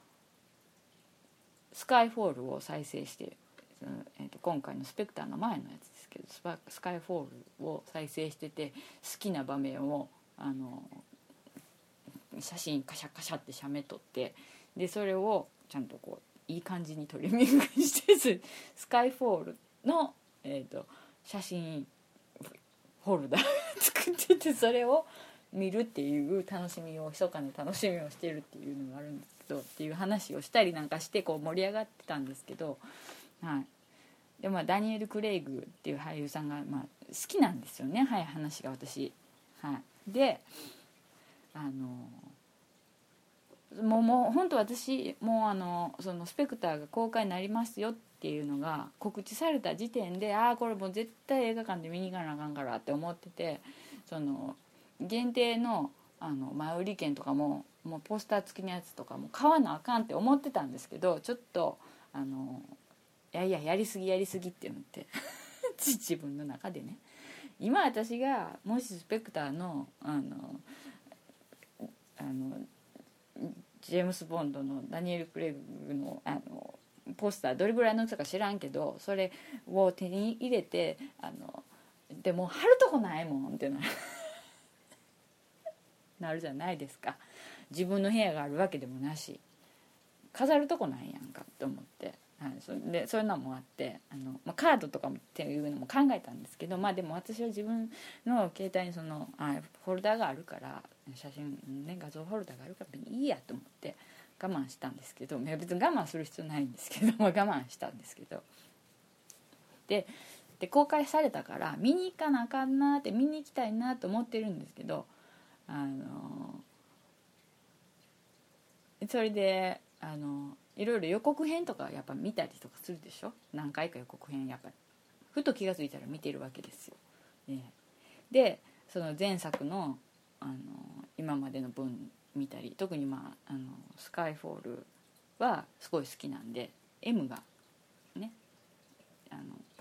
スカイフォールを再生してその、えー、と今回のスペクターの前のやつですけどスパスカイフォールを再生してて好きな場面をあの写真カシャカシャって写メ撮ってでそれをちゃんとこういい感じにトリミングしてスカイフォールの、えー、と写真ホルダー作っててそれを見るっていう楽しみを密かな楽しみをしてるっていうのがあるんですけどっていう話をしたりなんかしてこう盛り上がってたんですけど、はい、でまあダニエル・クレイグっていう俳優さんが、まあ、好きなんですよね、はい、話が私、はい、であのもうもう本当私もうあのそのスペクターが公開になりますよっていうのが告知された時点でああこれもう絶対映画館で見に行かなあかんからって思っててその限定 の, あの前売り券とかももうポスター付きのやつとかも買わなあかんって思ってたんですけどちょっとあのいやいややりすぎやりすぎって思って自分の中でね今私がもしスペクターのあのあのジェームス・ボンドのダニエル・クレイグ の, あのポスターどれぐらいの大きさか知らんけどそれを手に入れてあのでも貼るとこないもんってなるなるじゃないですか。自分の部屋があるわけでもなし飾るとこないやんかと思って、はい、それでそういうのもあってあの、まあ、カードとかもっていうのも考えたんですけどまあでも私は自分の携帯にそのあフォルダがあるから写真ね画像フォルダがあるからいいやと思って我慢したんですけど別に我慢する必要ないんですけど我慢したんですけどでで公開されたから見に行かなあかんなって見に行きたいなと思ってるんですけどあのそれであのいろいろ予告編とかやっぱ見たりとかするでしょ。何回か予告編やっぱりふと気が付いたら見てるわけですよ、ね、でその前作 の, あの今までの分見たり特に、まあ、あのスカイフォールはすごい好きなんで M がねあの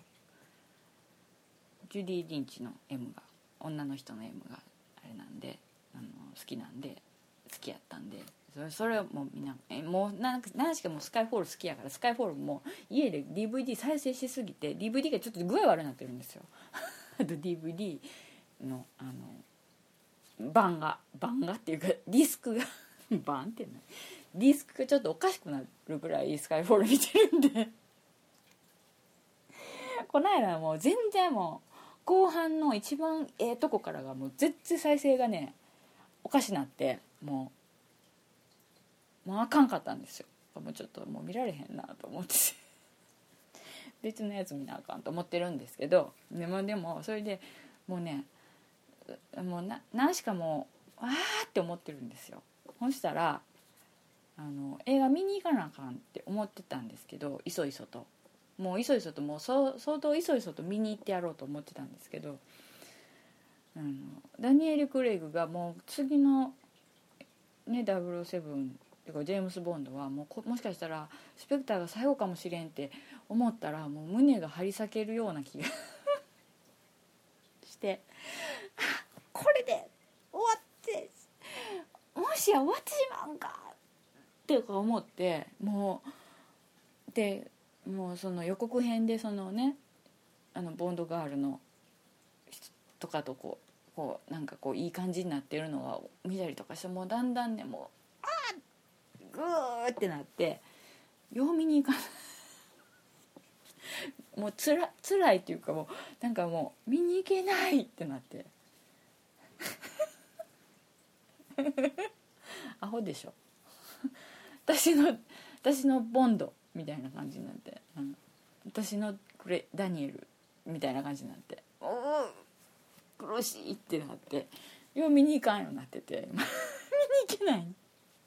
ジュディ・リンチの M が女の人の M があれなんであの好きなんで好きやったんでそれそれはもうみんなえもう何しかもうスカイフォール好きやからスカイフォールも家で ディーブイディー 再生しすぎて ディーブイディー がちょっと具合悪くなってるんですよあと ディーブイディー のあの版が版がっていうかディスクが版ってないディスクがちょっとおかしくなるぐらいスカイフォール見てるんでこの間もう全然もう後半の一番ええとこからがもう絶対再生がねおかしなってもうもうあかんかったんですよ。もうちょっともう見られへんなと思って別のやつ見なあかんと思ってるんですけどでもでもそれでもうねもうな何しかもうわーって思ってるんですよ。そしたらあの映画見に行かなあかんって思ってたんですけどいそいそともういそいそともうそ相当いそいそと見に行ってやろうと思ってたんですけどあのダニエル・クレイグがもう次の、ね、ダブルオーセブンとかジェームス・ボンドはもうこもしかしたらスペクターが最後かもしれんって思ったらもう胸が張り裂けるような気がしてこれで終わってもしや終わってしまうんかって思ってもうでもうその予告編でそのねあのボンドガールの人とかとこうこうなんかこういい感じになってるのを見たりとかしてもうだんだんねもうあーグーってなってよう見に行かないもうつら辛いっていうかもうなんかもう見に行けないってなってアホでしょ私の私のボンドみたいな感じになって、うん、私のクレダニエルみたいな感じになっておお苦しいってなってよう見に行かんようになってて見に行けない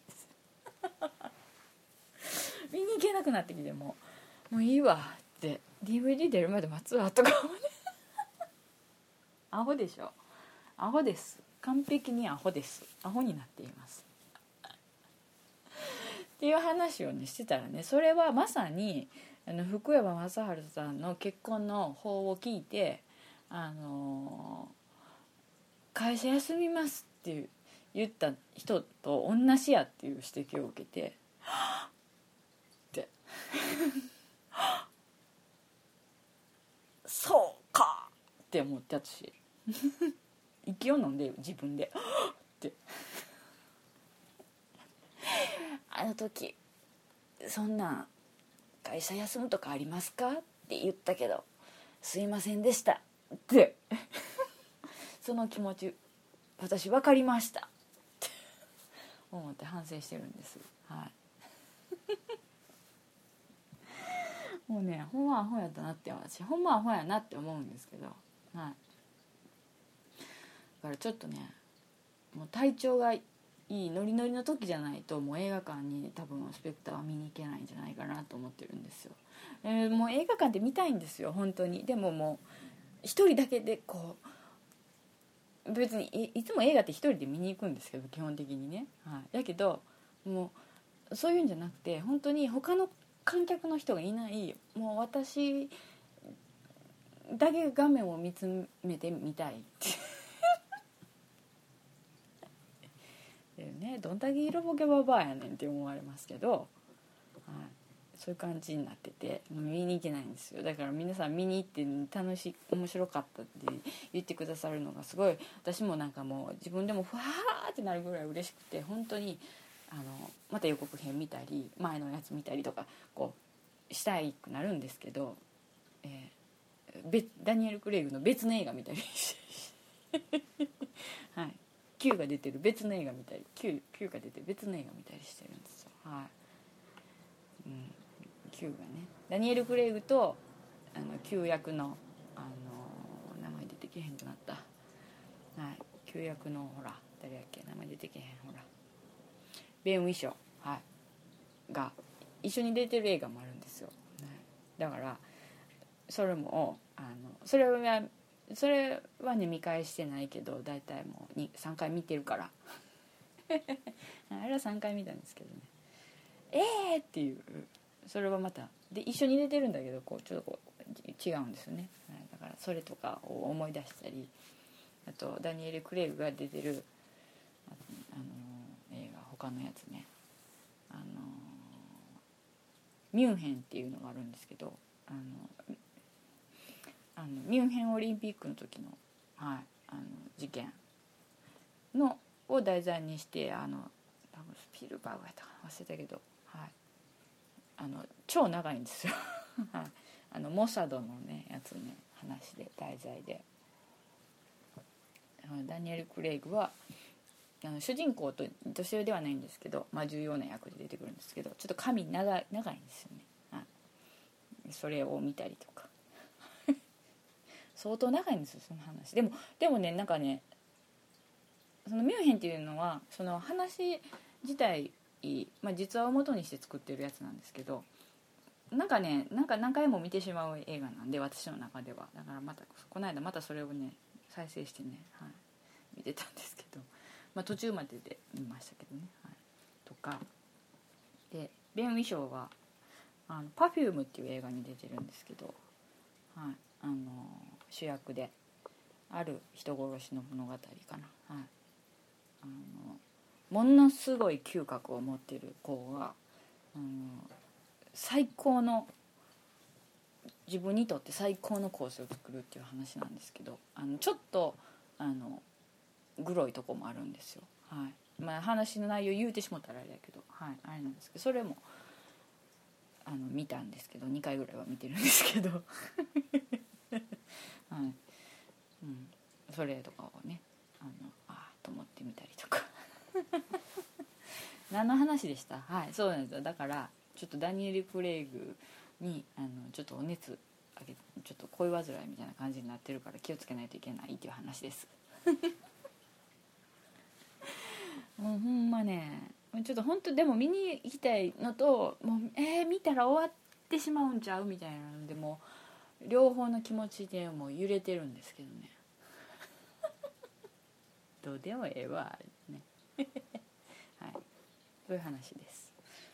見に行けなくなってきてももういいわって ディーブイディー 出るまで待つわとかもねアホでしょアホです。完璧にアホです。アホになっていますっていう話をねしてたらね、それはまさにあの福山雅治さんの結婚の報を聞いて、あのー、会社休みますって言った人と同じやっていう指摘を受けてってそうかって思って私息を飲んで自分でってあの時そんな会社休むとかありますかって言ったけどすいませんでしたってその気持ち私分かりましたって思って反省してるんです。はいもうねほんまアホやったなって私ほんまアホやなって思うんですけど、はい、だからちょっとねもう体調がいいノリノリの時じゃないともう映画館に多分スペクターは見に行けないんじゃないかなと思ってるんですよ、えー、もう映画館で見たいんですよ本当に。でももう一人だけでこう別に い, いつも映画って一人で見に行くんですけど基本的にね、はい、だけどもうそういうんじゃなくて本当に他の観客の人がいないもう私だけ画面を見つめてみたいっていうね、どんだけ色ぼけババアやねんって思われますけど、はい、そういう感じになってて見に行けないんですよ。だから皆さん見に行って楽しい面白かったって言ってくださるのがすごい私もなんかもう自分でもふわーってなるぐらい嬉しくて、本当にあのまた予告編見たり前のやつ見たりとかこうしたいくなるんですけど、えー、別ダニエル・クレイグの別の映画見たりしてはい、Q が出てる別の映画見たり Q, Q が出てる別の映画見たりしてるんですよ。はい、うん、Q がねダニエル・クレイグとあの Q 役の、あの名前出てけへんとなった、はい、Q 役のほら誰やっけ名前出てけへんほらベン・ウィショー、はい、が一緒に出てる映画もあるんですよ、はい、だからそれもあのそれはそれはね見返してないけど大体もうさんかい見てるからあれはさんかい見たんですけどね、えーっていうそれはまたで一緒に出てるんだけどこうちょっとこう違うんですよね、はい、だからそれとかを思い出したり、あとダニエル・クレイグが出てるあの映画他のやつね、あのミュンヘンっていうのがあるんですけど、あのあのミュンヘンオリンピックの時の、はい、あの事件のを題材にしてあの多分スピルバーグやったかな忘れたけど、はい、あの超長いんですよあのモサドのねやつね話で題材でダニエル・クレイグはあの主人公と年上ではないんですけど、まあ、重要な役で出てくるんですけどちょっと髪長い長いんですよね、はい、それを見たりとか相当長いんですよその話でもでもねなんかねそのミュンヘンっていうのはその話自体、まあ、実話を元にして作ってるやつなんですけどなんかねなんか何回も見てしまう映画なんで私の中ではだからまたこの間またそれをね再生してね、はい、見てたんですけど、まあ、途中までで見ましたけどね、はい、とかでベン・ウィショーはあの Perfume っていう映画に出てるんですけど、はい、あの主役である人殺しの物語かな、はい、あのものすごい嗅覚を持っている子があの最高の自分にとって最高の香水を作るっていう話なんですけど、あのちょっとあのグロいとこもあるんですよ、はいまあ、話の内容言うてしもたらあれだけど、はい、あれなんですけどそれもあの見たんですけどにかいぐらいは見てるんですけど、はいうん、それとかをねあのあと思ってみたりとか何の話でした？はいそうなんですよ。だからちょっとダニエル・クレイグにあのちょっとお熱上げちょっと恋煩いみたいな感じになってるから気をつけないといけないっていう話ですもうほんまねちょっと本当でも見に行きたいのともうえー、見たら終わってしまうんちゃうみたいなのでもう両方の気持ちでもう揺れてるんですけどねどうでもええわねはい、そういう話です。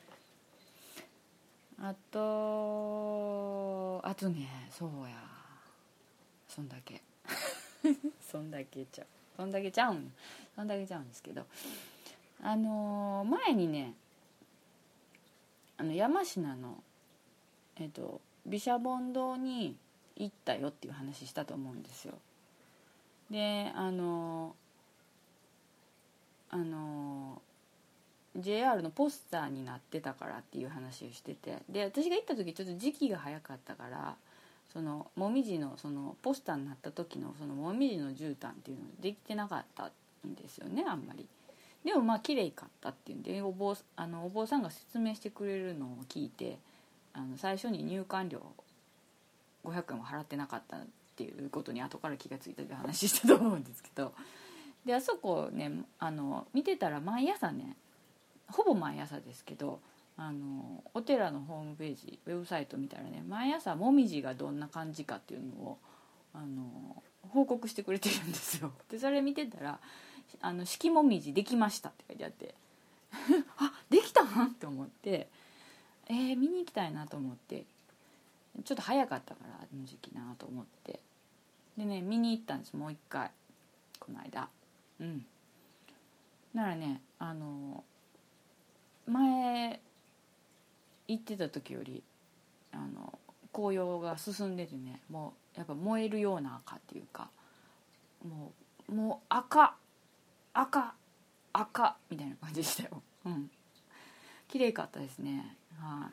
あとあとね、そうや、そんだけそんだけちゃうそんだけちゃうんそんだけちゃうんですけど、あのー前にね、あの山科のえっと毘沙門堂に行ったよっていう話したと思うんですよ。であのあの ジェイアール のポスターになってたからっていう話をしてて、で私が行った時ちょっと時期が早かったから、そのもみじのそのポスターになった時のそのもみじの絨毯っていうのできてなかったんですよね、あんまり。でもまあ綺麗かったっていうんで、お坊あのお坊さんが説明してくれるのを聞いて、あの最初に入館料ごひゃくえんを払ってなかったっていうことに後から気がついたって話したと思うんですけど、であそこね、あの見てたら毎朝ね、ほぼ毎朝ですけど、あのお寺のホームページウェブサイト見たらね、毎朝もみじがどんな感じかっていうのをあの報告してくれてるんですよ。でそれ見てたら、あの式もみじできましたって書いてあってあ、できたんって思って、えー、見に行きたいなと思って、ちょっと早かったからあの時期なと思って、でね見に行ったんです、もう一回この間。うんならね、あの前行ってた時よりあの紅葉が進んでてね、もうやっぱ燃えるような赤っていうか、もうもう赤赤赤みたいな感じでしたよ。うん綺麗かったですね。はい。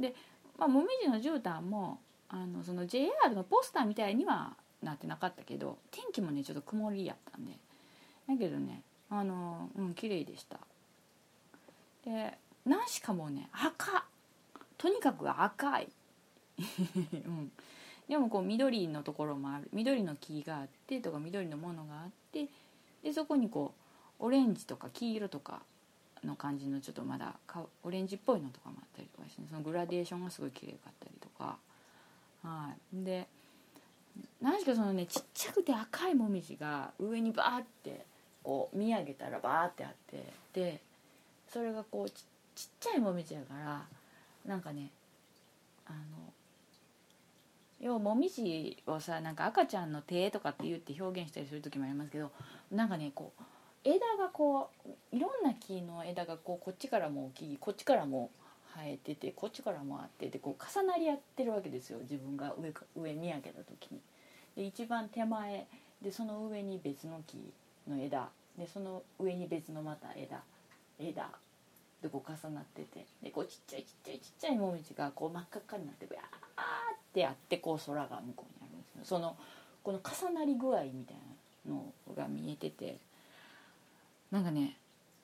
で、まあ、もみじの絨毯もあのその ジェイアール のポスターみたいにはなってなかったけど、天気もねちょっと曇りやったんで、だけどね、あのうん綺麗でした。で何しかもね赤、とにかく赤い、うん、でもこう緑のところもある、緑の木があってとか緑のものがあって、でそこにこうオレンジとか黄色とかの感じのちょっとまだオレンジっぽいのとかもあったりとかして、ね、そのグラデーションがすごい綺麗かったりとか、はい、で何しかそのねちっちゃくて赤いもみじが上にバーってこう見上げたらバーってあって、でそれがこう ち, ちっちゃいもみじやから、なんかね、あの要はもみじをさ、なんか赤ちゃんの手とかって言って表現したりする時もありますけど、なんかねこう枝がこういろんな木の枝がこうこっちからも大きい、こっちからも生えてて、こっちからもあってでこう重なり合ってるわけですよ、自分が 上, 上見上げた時に。で一番手前でその上に別の木の枝で、その上に別のまた枝枝でこう重なってて、でこうちっちゃいちっちゃいちっちゃいもみじがこう真っ赤っかになってビャーってやって、こう空が向こうにあるんですよ。そのこの重なり具合みたいなのが見えてて、なんかね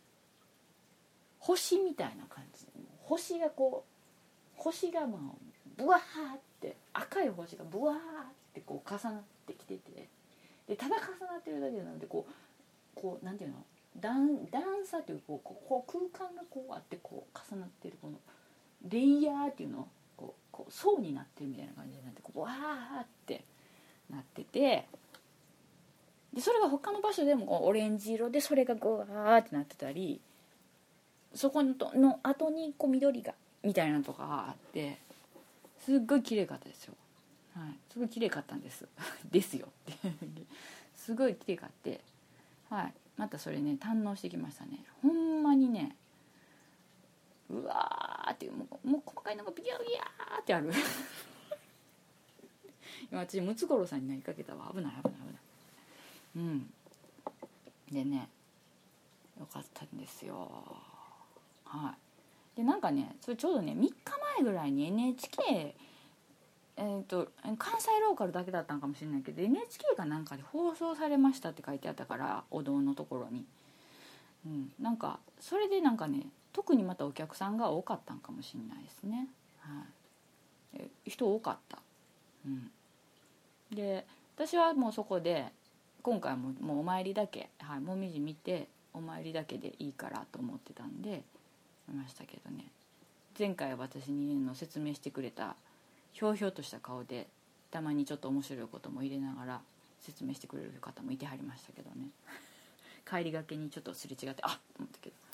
星みたいな感じで、星がこう星がまあブワーって赤い星がブワーってこう重なってきてて、でただ重なってるだけじゃなくて、こうこうなんていうの、段段差というこうこう空間がこうあって、こう重なってるこのレイヤーっていうの、こうこう層になってるみたいな感じになって、こうわーってなってて、でそれが他の場所でもこうオレンジ色でそれがゴワーってなってたり、そこのの後にこう緑がみたいなのとかあって、すっごい綺麗かったですよ。はい、すごい綺麗かったんですですよすごい綺麗かって、はい、またそれね堪能してきましたね。ほんまにね、うわーってもう、もう細かいのがビヤビヤーってある今私ムツゴロウさんになりかけたわ、危ない危ない危ない。うんでね、よかったんですよ。はいでなんかね、それちょうどねみっかまえぐらいに エヌエイチケー、えー、と関西ローカルだけだったんかもしれないけど エヌエイチケー かなんかで放送されましたって書いてあったから、お堂のところに、うん、なんかそれでなんかね特にまたお客さんが多かったんかもしれないですね。はい、人多かった、うん、で私はもうそこで今回ももうお参りだけ、はい、もみじ見てお参りだけでいいからと思ってたんで見ましたけどね、前回私にの説明してくれたひょうひょうとした顔でたまにちょっと面白いことも入れながら説明してくれる方もいてはりましたけどね帰りがけにちょっとすれ違ってあっと思ったけど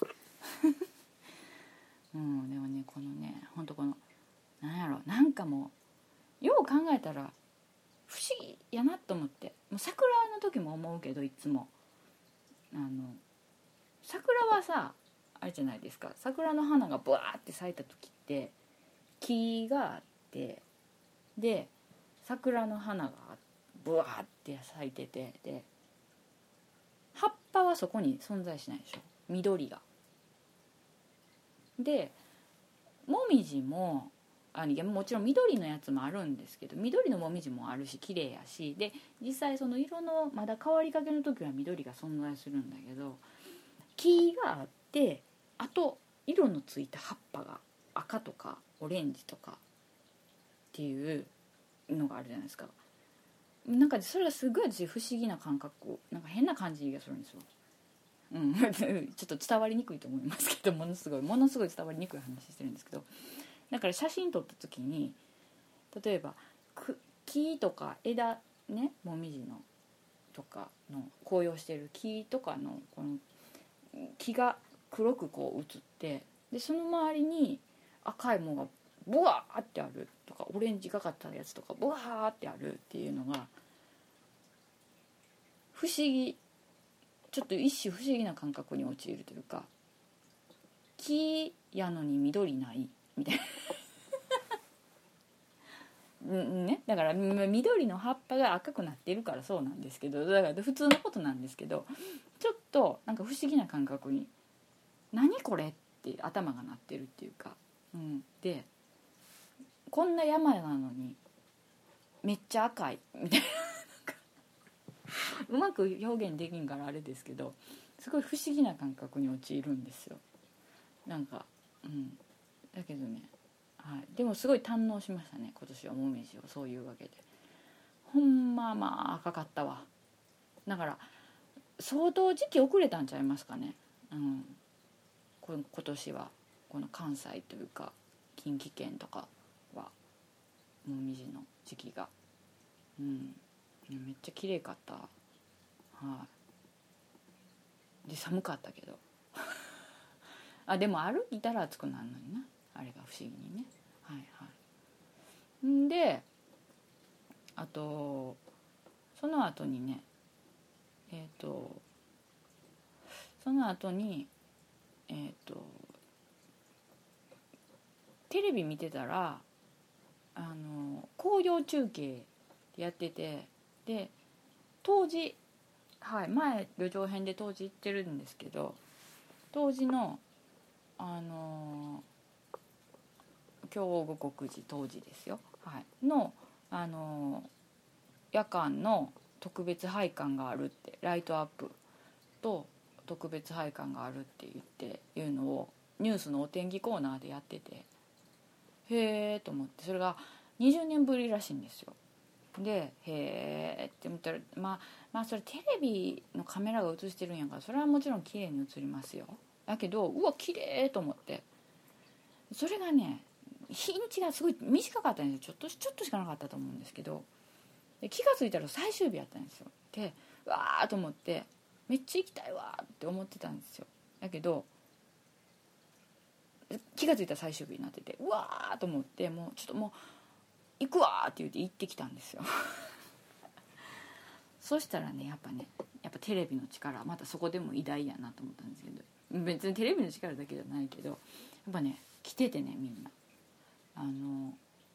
うんでもねこのねほんとこのなんやろなんかもうよう考えたら不思議やなと思って、もう桜の時も思うけどいつもあの桜はさあれじゃないですか、桜の花がブワーって咲いた時って木があってで桜の花がブワーって咲いててで葉っぱはそこに存在しないでしょ、緑が。でもみじもあいやもちろん緑のやつもあるんですけど、緑のもみじもあるし綺麗やし、で実際その色のまだ変わりかけの時は緑が存在するんだけど、木があってあと色のついた葉っぱが赤とかオレンジとかっていうのがあるじゃないですか。なんかそれがすごい私不思議な感覚、なんか変な感じがするんですよ。うん、ちょっと伝わりにくいと思いますけど、ものすごいものすごい伝わりにくい話してるんですけど、だから写真撮った時に例えば木とか枝ね、もみじのとかの紅葉してる木とかのこの木が黒くこう映って、でその周りに赤いものがブワーってあるとか、オレンジがかったやつとかブワーってあるっていうのが不思議、ちょっと一種不思議な感覚に陥るというか、木やのに緑ないみたいなね、だから緑の葉っぱが赤くなってるからそうなんですけど、だから普通のことなんですけど、ちょっとなんか不思議な感覚に何これって頭がなってるっていうか、うん、でこんな山なのにめっちゃ赤いみたいなうまく表現できんからあれですけど、すごい不思議な感覚に陥るんですよ。なんか、うん、だけどね、はい、でもすごい堪能しましたね今年はもみじを。そういうわけでほんままあ赤かったわ。だから相当時期遅れたんちゃいますかね、うん、こ今年はこの関西というか近畿圏とかはもみじの時期が、うん、めっちゃ綺麗かった。はい、で寒かったけどあでも歩いたら暑くなるのにな、あれが不思議にね。はいはいんであとその後にねえっ、ー、とその後にえっ、ー、とテレビ見てたらあの紅葉中継やってて、で当時、はい、前旅情編で当時行ってるんですけど、当時のあの京極寺当時ですよ、はい、のあの夜間の特別拝観があるって、ライトアップと特別拝観があるって言っていうのをニュースのお天気コーナーでやってて、へえと思って、それがにじゅうねんぶりらしいんですよ。でへえって思ったら、まあまあそれテレビのカメラが映してるんやからそれはもちろん綺麗に映りますよ。だけどうわ綺麗と思って、それがね日にちがすごい短かったんですよ。ちょっとちょっとしかなかったと思うんですけど、で気が付いたら最終日やったんですよ。でわーと思ってめっちゃ行きたいわって思ってたんですよ。だけど気が付いたら最終日になってて、うわーと思って、もうちょっともう行くわって言って行ってきたんですよそしたらねやっぱねやっぱテレビの力またそこでも偉大やなと思ったんですけど、別にテレビの力だけじゃないけどやっぱね来ててね、みんなあの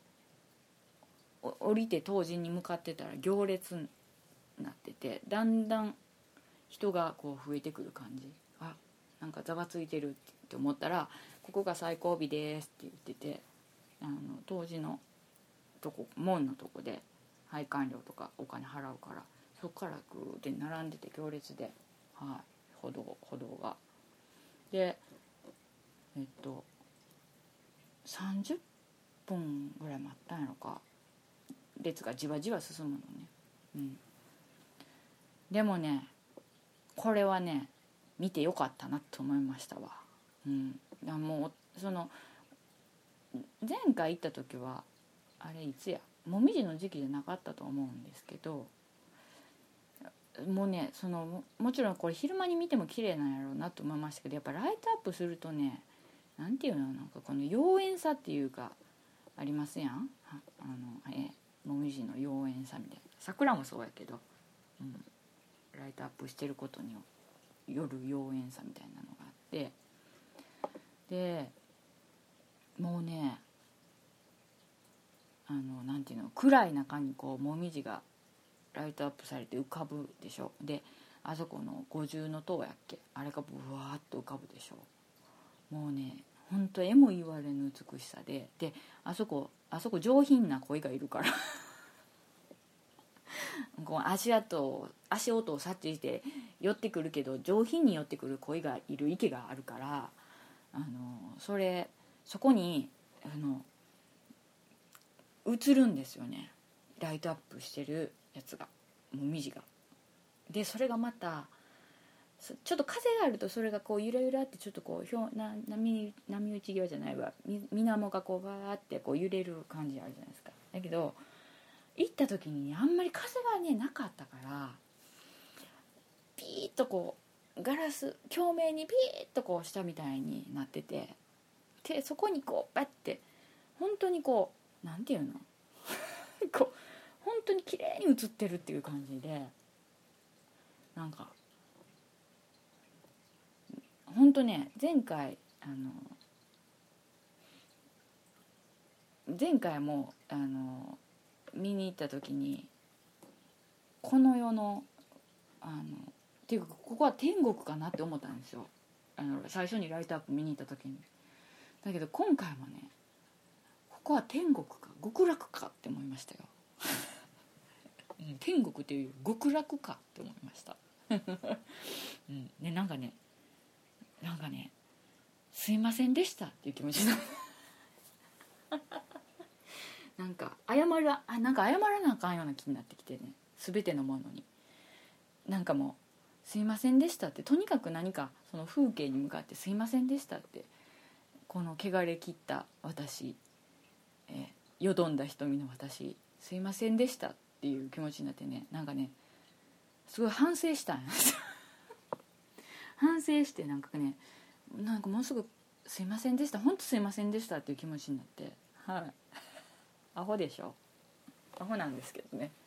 降りて当時に向かってたら行列になってて、だんだん人がこう増えてくる感じ、あなんかざわついてるって思ったら、ここが最後尾ですって言ってて、あの当時のとこ門のとこで拝観料とかお金払うから、そこからグーって並んでて行列で、はい、歩道歩道がでえっとさんじゅっぷんぐらい待ったんやろか、列がじわじわ進むのね、うん、でもねこれはね見てよかったなと思いましたわ、うん、もうその前回行った時はあれいつやもみじの時期じゃなかったと思うんですけど、 もうねその も, もちろんこれ昼間に見ても綺麗なんやろうなと思いましたけど、やっぱライトアップするとね、なんていうの、なんかこの妖艶さっていうかありますやん、あのえもみじの妖艶さみたいな、桜もそうやけど、うん、ライトアップしてることによる妖艶さみたいなのがあって、でもうね、あのなんていうの、暗い中にこうもみじがライトアップされて浮かぶでしょ。であそこの五重塔やっけ、あれがブワーっと浮かぶでしょ。もうねほんとえも言われぬ美しさで、であそこあそこ上品な鯉がいるからこう足跡足音を察知して寄ってくるけど上品に寄ってくる鯉がいる池があるから、あのそれそこにあの映るんですよね、ライトアップしてるやつが、もみじが。でそれがまたちょっと風があるとそれがこうゆらゆらってちょっとこうひょな 波, 波打ち際じゃないわ、み水面がこうバーってこう揺れる感じあるじゃないですか。だけど行った時にあんまり風がねなかったから、ピーッとこうガラス鏡面にピーッとこうしたみたいになってて、でそこにこうバッて本当にこうなんていうのこう本当に綺麗に映ってるっていう感じで、なんか本当ね、前回あの前回もあの見に行った時にこの世のあのっていうかここは天国かなって思ったんですよ、あの最初にライトアップ見に行った時に。だけど今回もね、ここは天国か極楽かって思いましたよ天国っていう極楽かって思いました、うんね、なんかねなんかねすいませんでしたっていう気持ちだなんか謝らあなんか謝らなあかんような気になってきてね、全てのものになんかもうすいませんでしたって、とにかく何かその風景に向かってすいませんでしたって、この汚れ切った私、えー、よどんだ瞳の私すいませんでしたっていう気持ちになってね、なんかねすごい反省したんです反省してなんかねなんかもうすぐすいませんでした本当すいませんでしたっていう気持ちになって、はいアホでしょ、アホなんですけどね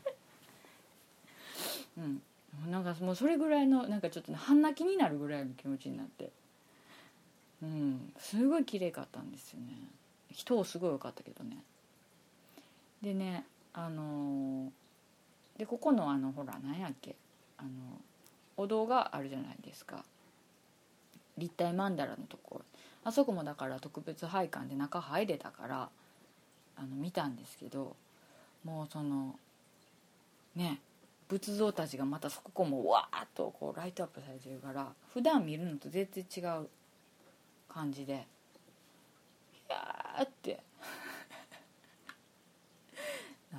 うんなんかもうそれぐらいのなんかちょっと、ね、半泣きになるぐらいの気持ちになって、うんすごい綺麗かったんですよね。人すごい良かったけどね。でねあのー、でここのあのほら何やっけ、あのお堂があるじゃないですか、立体曼荼羅のとこ、あそこもだから特別拝観で中入れたからあの見たんですけど、もうそのね仏像たちがまたそこもわーっとこうライトアップされてるから、普段見るのと全然違う感じで、いやーってなって、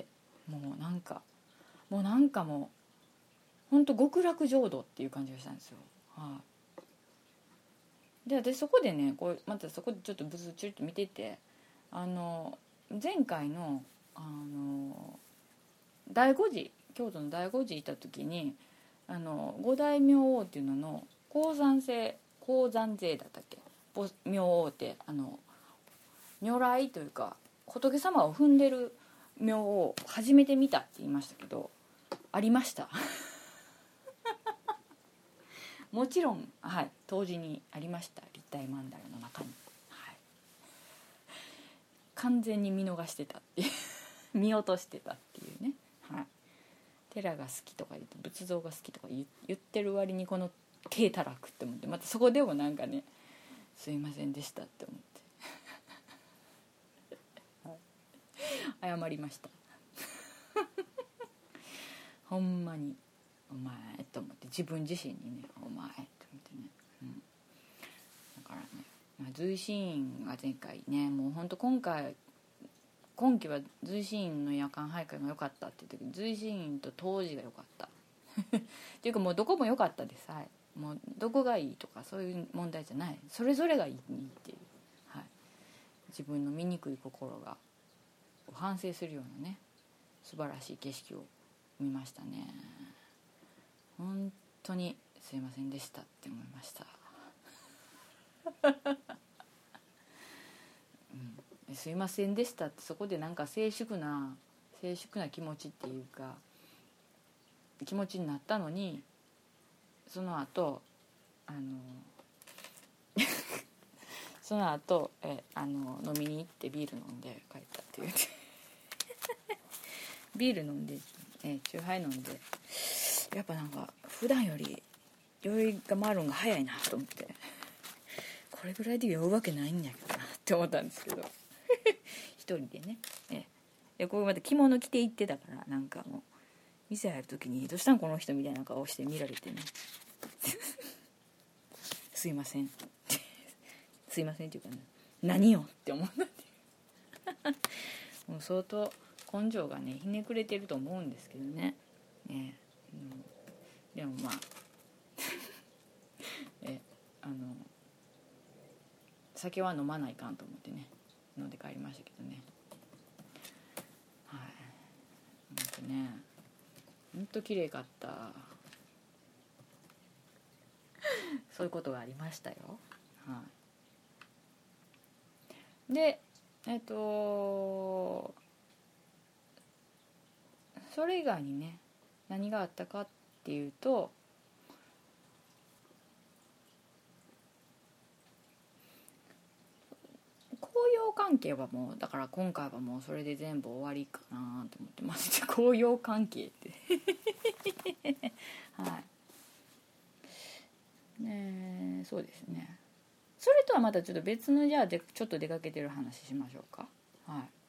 もうなんかもうなんかもうほんと極楽浄土っていう感じがしたんですよ。はい、で私そこでねこうまたそこでちょっと仏像チュリッと見てて、あの前回のあの醍醐寺、京都の醍醐寺行った時にあの五大明王っていうのの高山性高山勢だったっけ、明王ってあの如来というか仏様を踏んでる明王を初めて見たって言いましたけど、ありましたもちろん、はい、当時にありました、立体曼荼羅の中に、はい、完全に見逃してたっていう見落としてたっていうね、はい、寺が好きとか言って仏像が好きとか言ってる割にこの手たらくって思って、またそこでもなんかねすいませんでしたって思って謝りましたほんまにお前と思って、自分自身にねお前と思ってね、うん、だからね、まあ、随心院が前回ね、もうほんと今回今期は随心院の夜間徘徊が良かったって言って随心院と当時が良かったっていうかもうどこも良かったです、はい、もうどこがいいとかそういう問題じゃない、それぞれがいいっていう、はい、自分の醜い心が反省するようなね素晴らしい景色を見ましたね。 本当にすいませんでしたって思いました、うん、すいませんでしたってそこでなんか静粛な静粛な気持ちっていうか気持ちになったのに、その後あのその後えあの飲みに行ってビール飲んで帰ったっていうビール飲んでえチューハイ飲んで、やっぱなんか普段より酔いが回るのが早いなと思って、これぐらいで酔うわけないんやけどなって思ったんですけど一人でね、えでこれまた着物着て行ってたから、なんかもう店入る時にどうしたんこの人みたいな顔して見られてねすいませんすいませんっていうか、ね、何よって思ったっていうもう相当根性がねひねくれてると思うんですけどね、ね、うん、でもまあえあの酒は飲まないかんと思ってね飲んで帰りましたけどね、はいほんとねほんと綺麗かったそういうことがありましたよ、はい、でえっとそれ以外にね何があったかっていうと、紅葉関係はもうだから今回はもうそれで全部終わりかなと思ってます紅葉関係ってはいねえそうですね。それとはまたちょっと別のじゃあでちょっと出かけてる話しましょうか。はい